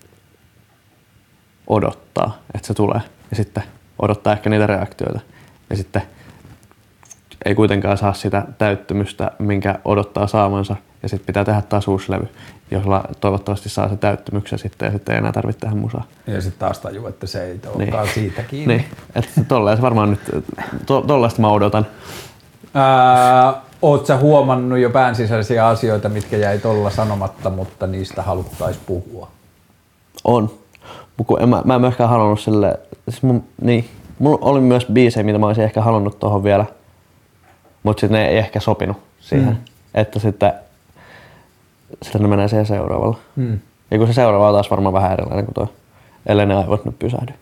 odottaa, että se tulee. Ja sitten odottaa ehkä niitä reaktioita. Ja sitten ei kuitenkaan saa sitä täyttymystä, minkä odottaa saamansa. Ja sitten pitää tehdä taas uusi levy, jolla toivottavasti saa se täyttymyksen sitten ja sitten ei enää tarvitse tehdä musaa. Ja sitten taas tajuu, että se ei olekaan siitä kiinni. Niin, että tolleen se varmaan nyt, tollaista mä odotan. Oot sä huomannut jo pään sisäisiä asioita, mitkä jäi tolla sanomatta, mutta niistä haluttaisiin puhua? On. Mä en myöskään halunnut silleen, siis mulla oli myös biisejä, mitä mä olisin ehkä halunnut tohon vielä, mutta sitten ne ei ehkä sopinut siihen. Että sitten ne menee siihen seuraavalla. Ja kun se seuraava on taas varmaan vähän erilainen kuin tuo, ellei ne aivot nyt pysähdy.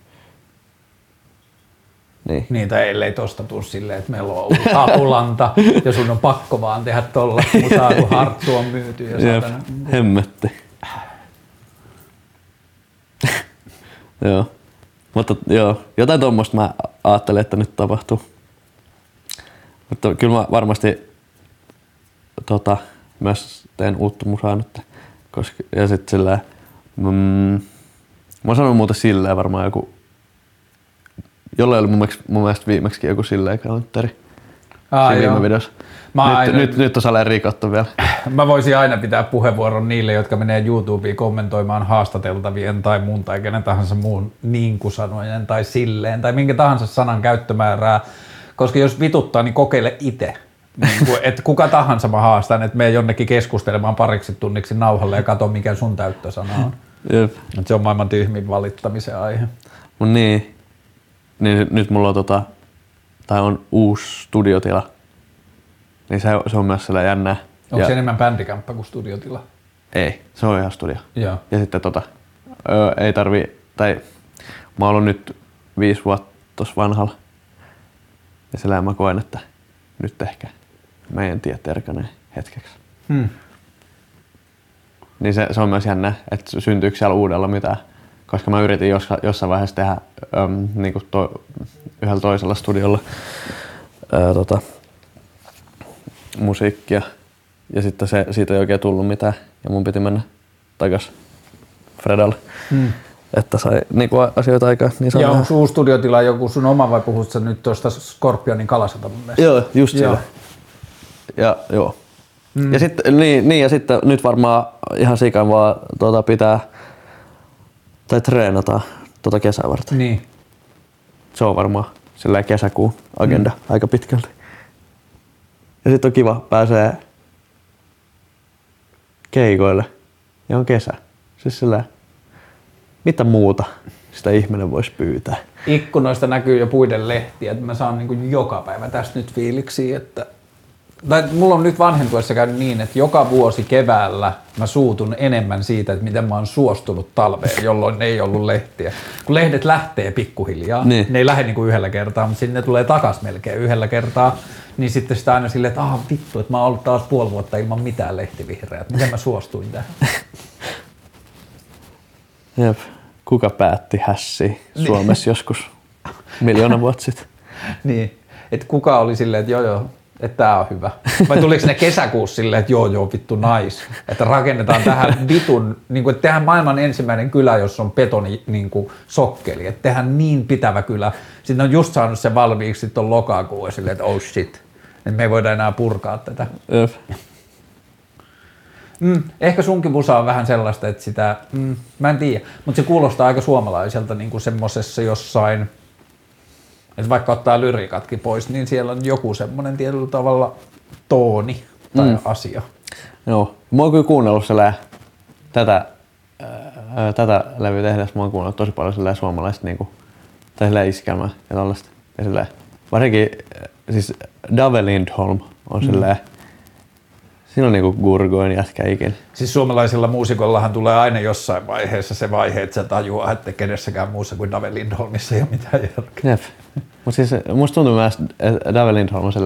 Niin, tai ellei tosta tuu silleen, että meillä on ollut apulanta ja sun on pakko vaan tehdä tollaista musaa, kun Hartsu on myyty. Ja hemmetti. Joo. Mutta joo, jotain tommoista mä ajattelin, että nyt tapahtuu. Mutta kyllä mä varmasti myös teen uutta musaa nyt. Ja sit silleen, mä sanon muuten silleen varmaan joku, jolla oli mun mielestä viimeksikin joku silleen kalenteri. Siinä viime videossa. Nyt on saleen rikottu vielä. Mä voisin aina pitää puheenvuoron niille, jotka menee YouTubeen kommentoimaan haastateltavien tai mun tai kenen tahansa muun niin-kuin-sanojen tai silleen tai minkä tahansa sanan käyttömäärää. Koska jos vituttaa, niin kokeile itse. Niin että kuka tahansa mä haastan, että mene jonnekin keskustelemaan pariksi tunniksi nauhalle ja katso mikä sun täyttösana on. Jep. Se on maailman tyhmin valittamisen aihe. Niin nyt mulla on on uusi studiotila. Niin se on myös sellainen jännää. Onko se enemmän bändikämppä kuin studiotila? Ei, se on ihan studio. Joo. Ja sitten ei mä oon ollut nyt 5 vuotta tossa vanhalla. Ja sillä mä koen, että nyt ehkä meidän tiet erkanee hetkeksi. Niin se on myös jännä, että syntyykö siellä uudella mitään. Koska mä yritin jossain vaiheessa tehdä niinku yhdellä toisella studiolla musiikkia. Ja sitten siitä ei oikein tullut mitään. Ja mun piti mennä takas Fredalle. Että sai niinku asioita aikaan. Niin ja onko uusi studiotila joku sun oma vai puhut sä nyt tuosta Scorpionin Kalasata mun mielestä? Joo, just sillä. Ja joo. Ja sitten ja sitten nyt varmaan ihan sikan vaan pitää tai treenata kesää varten. Niin. Se on varmaan silleen kesäkuun agenda aika pitkälti. Ja sitten on kiva pääsee keikoille ja on kesä. Siis silleen, mitä muuta sitä ihminen voisi pyytää. Ikkunoista näkyy jo puiden lehtiä, että mä saan niinku joka päivä tästä nyt fiiliksi, että mulla on nyt vanhentuessa käynyt niin, että joka vuosi keväällä mä suutun enemmän siitä, että miten mä oon suostunut talveen, jolloin ei ollut lehtiä. Kun lehdet lähtee pikkuhiljaa, niin. Ne ei lähde niinku yhdellä kertaa, mutta sitten ne tulee takas melkein yhdellä kertaa, niin sitten sitä aina silleen, että vittu, että mä oon ollut taas puoli vuotta ilman mitään lehtivihreää, että miten mä suostuin tähän. Jep. Kuka päätti hässiä Suomessa joskus 1,000,000 vuotta sitten? Niin, että kuka oli silleen, että joo, että tää on hyvä. Vai tuliko ne kesäkuussa silleen, että joo, vittu nice. Että rakennetaan tähän vitun, niin kuin, että tehdään maailman ensimmäinen kylä, jossa on betoni niin kuin sokkeli. Että tehdään niin pitävä kylä. Sitten on just saanut se valmiiksi, sitten on lokakuu ja silleen, että oh shit. Että me ei voida enää purkaa tätä. Ehkä sunkin musa on vähän sellaista, että sitä, mä en tiedä, mutta se kuulostaa aika suomalaiselta niin kuin semmosessa jossain, että vaikka ottaa lyrikatkin pois, niin siellä on joku semmoinen tietyllä tavalla tooni tai asia. Joo, mä oon kyllä kuunnellut tätä levyä tehdessä, mä oon kuunnellut tosi paljon suomalaista niinku, tai iskelmää ja tollaista. Ja varsinkin siis Dave Lindholm on siinä on niinku gurgoin jätkä ikinä. Siis suomalaisilla muusikollahan tulee aina jossain vaiheessa se vaihe, että sä tajuaa, että kenessäkään muussa kuin Dave Lindholmissa ei ole mitään järkeä. Jep. Mut siis musta tuntuu myös, että Dave Lindholm on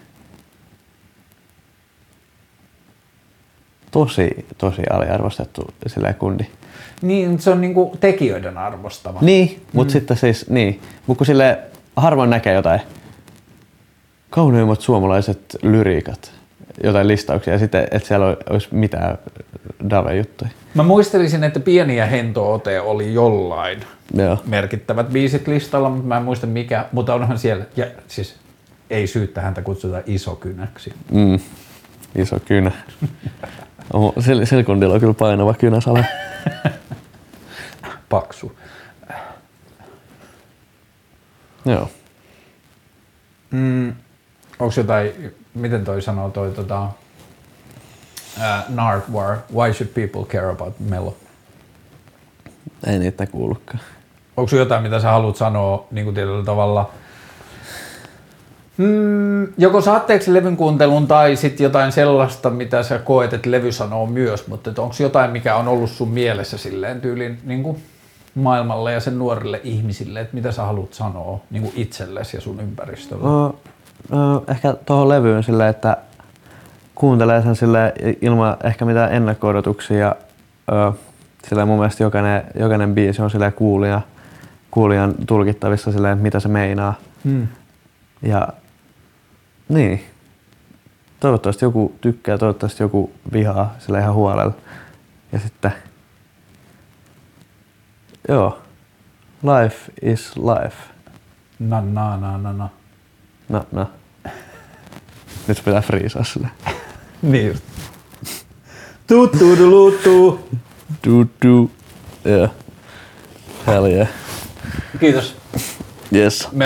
tosi aliarvostettu kundi. Niin, se on niinku tekijöiden arvostama. Niin, mut sitten siis, niin. Mut kun harvoin näkee jotain kauneimmat suomalaiset lyriikat, jotain listauksia ja sitten, että siellä olisi mitään Dave-juttuja. Mä muistelisin, että Pieni ja hento ote oli jollain merkittävät biisit listalla, mutta mä en muista mikä, mutta onhan siellä, ja siis ei syyttä häntä kutsuta isokynäksi. Iso kynä. Sillä kundilla on kyllä painava kynäsala. Paksu. Joo. Onko jotain, miten toi sanoo toi Nardwuar, why should people care about Melo? Ei niitä kuulukaan. Onko jotain, mitä sä haluat sanoa niin kuin tietyllä tavalla? Joko saatteeksi levyn kuuntelun tai sitten jotain sellaista, mitä sä koet, että levy sanoo myös, mutta onko jotain, mikä on ollut sun mielessä silleen tyylin niin kuin maailmalle ja sen nuorille ihmisille, että mitä sä haluat sanoa niin kuin itsellesi ja sun ympäristölle? Ehkä tuohon levyyn silleen, että kuuntelee sen silleen ilman ehkä mitään ennakko-odotuksia ja silleen mun mielestä jokainen biisi on silleen kuulijan tulkittavissa silleen, mitä se meinaa. Ja niin. Toivottavasti joku tykkää, toivottavasti joku vihaa sillä ihan huolella. Ja sitten joo. Life is life. Na. No. Nyt se pitää friisaa sille. Niin just. Tuttu. Yeah. Hell yeah. Kiitos. Yes.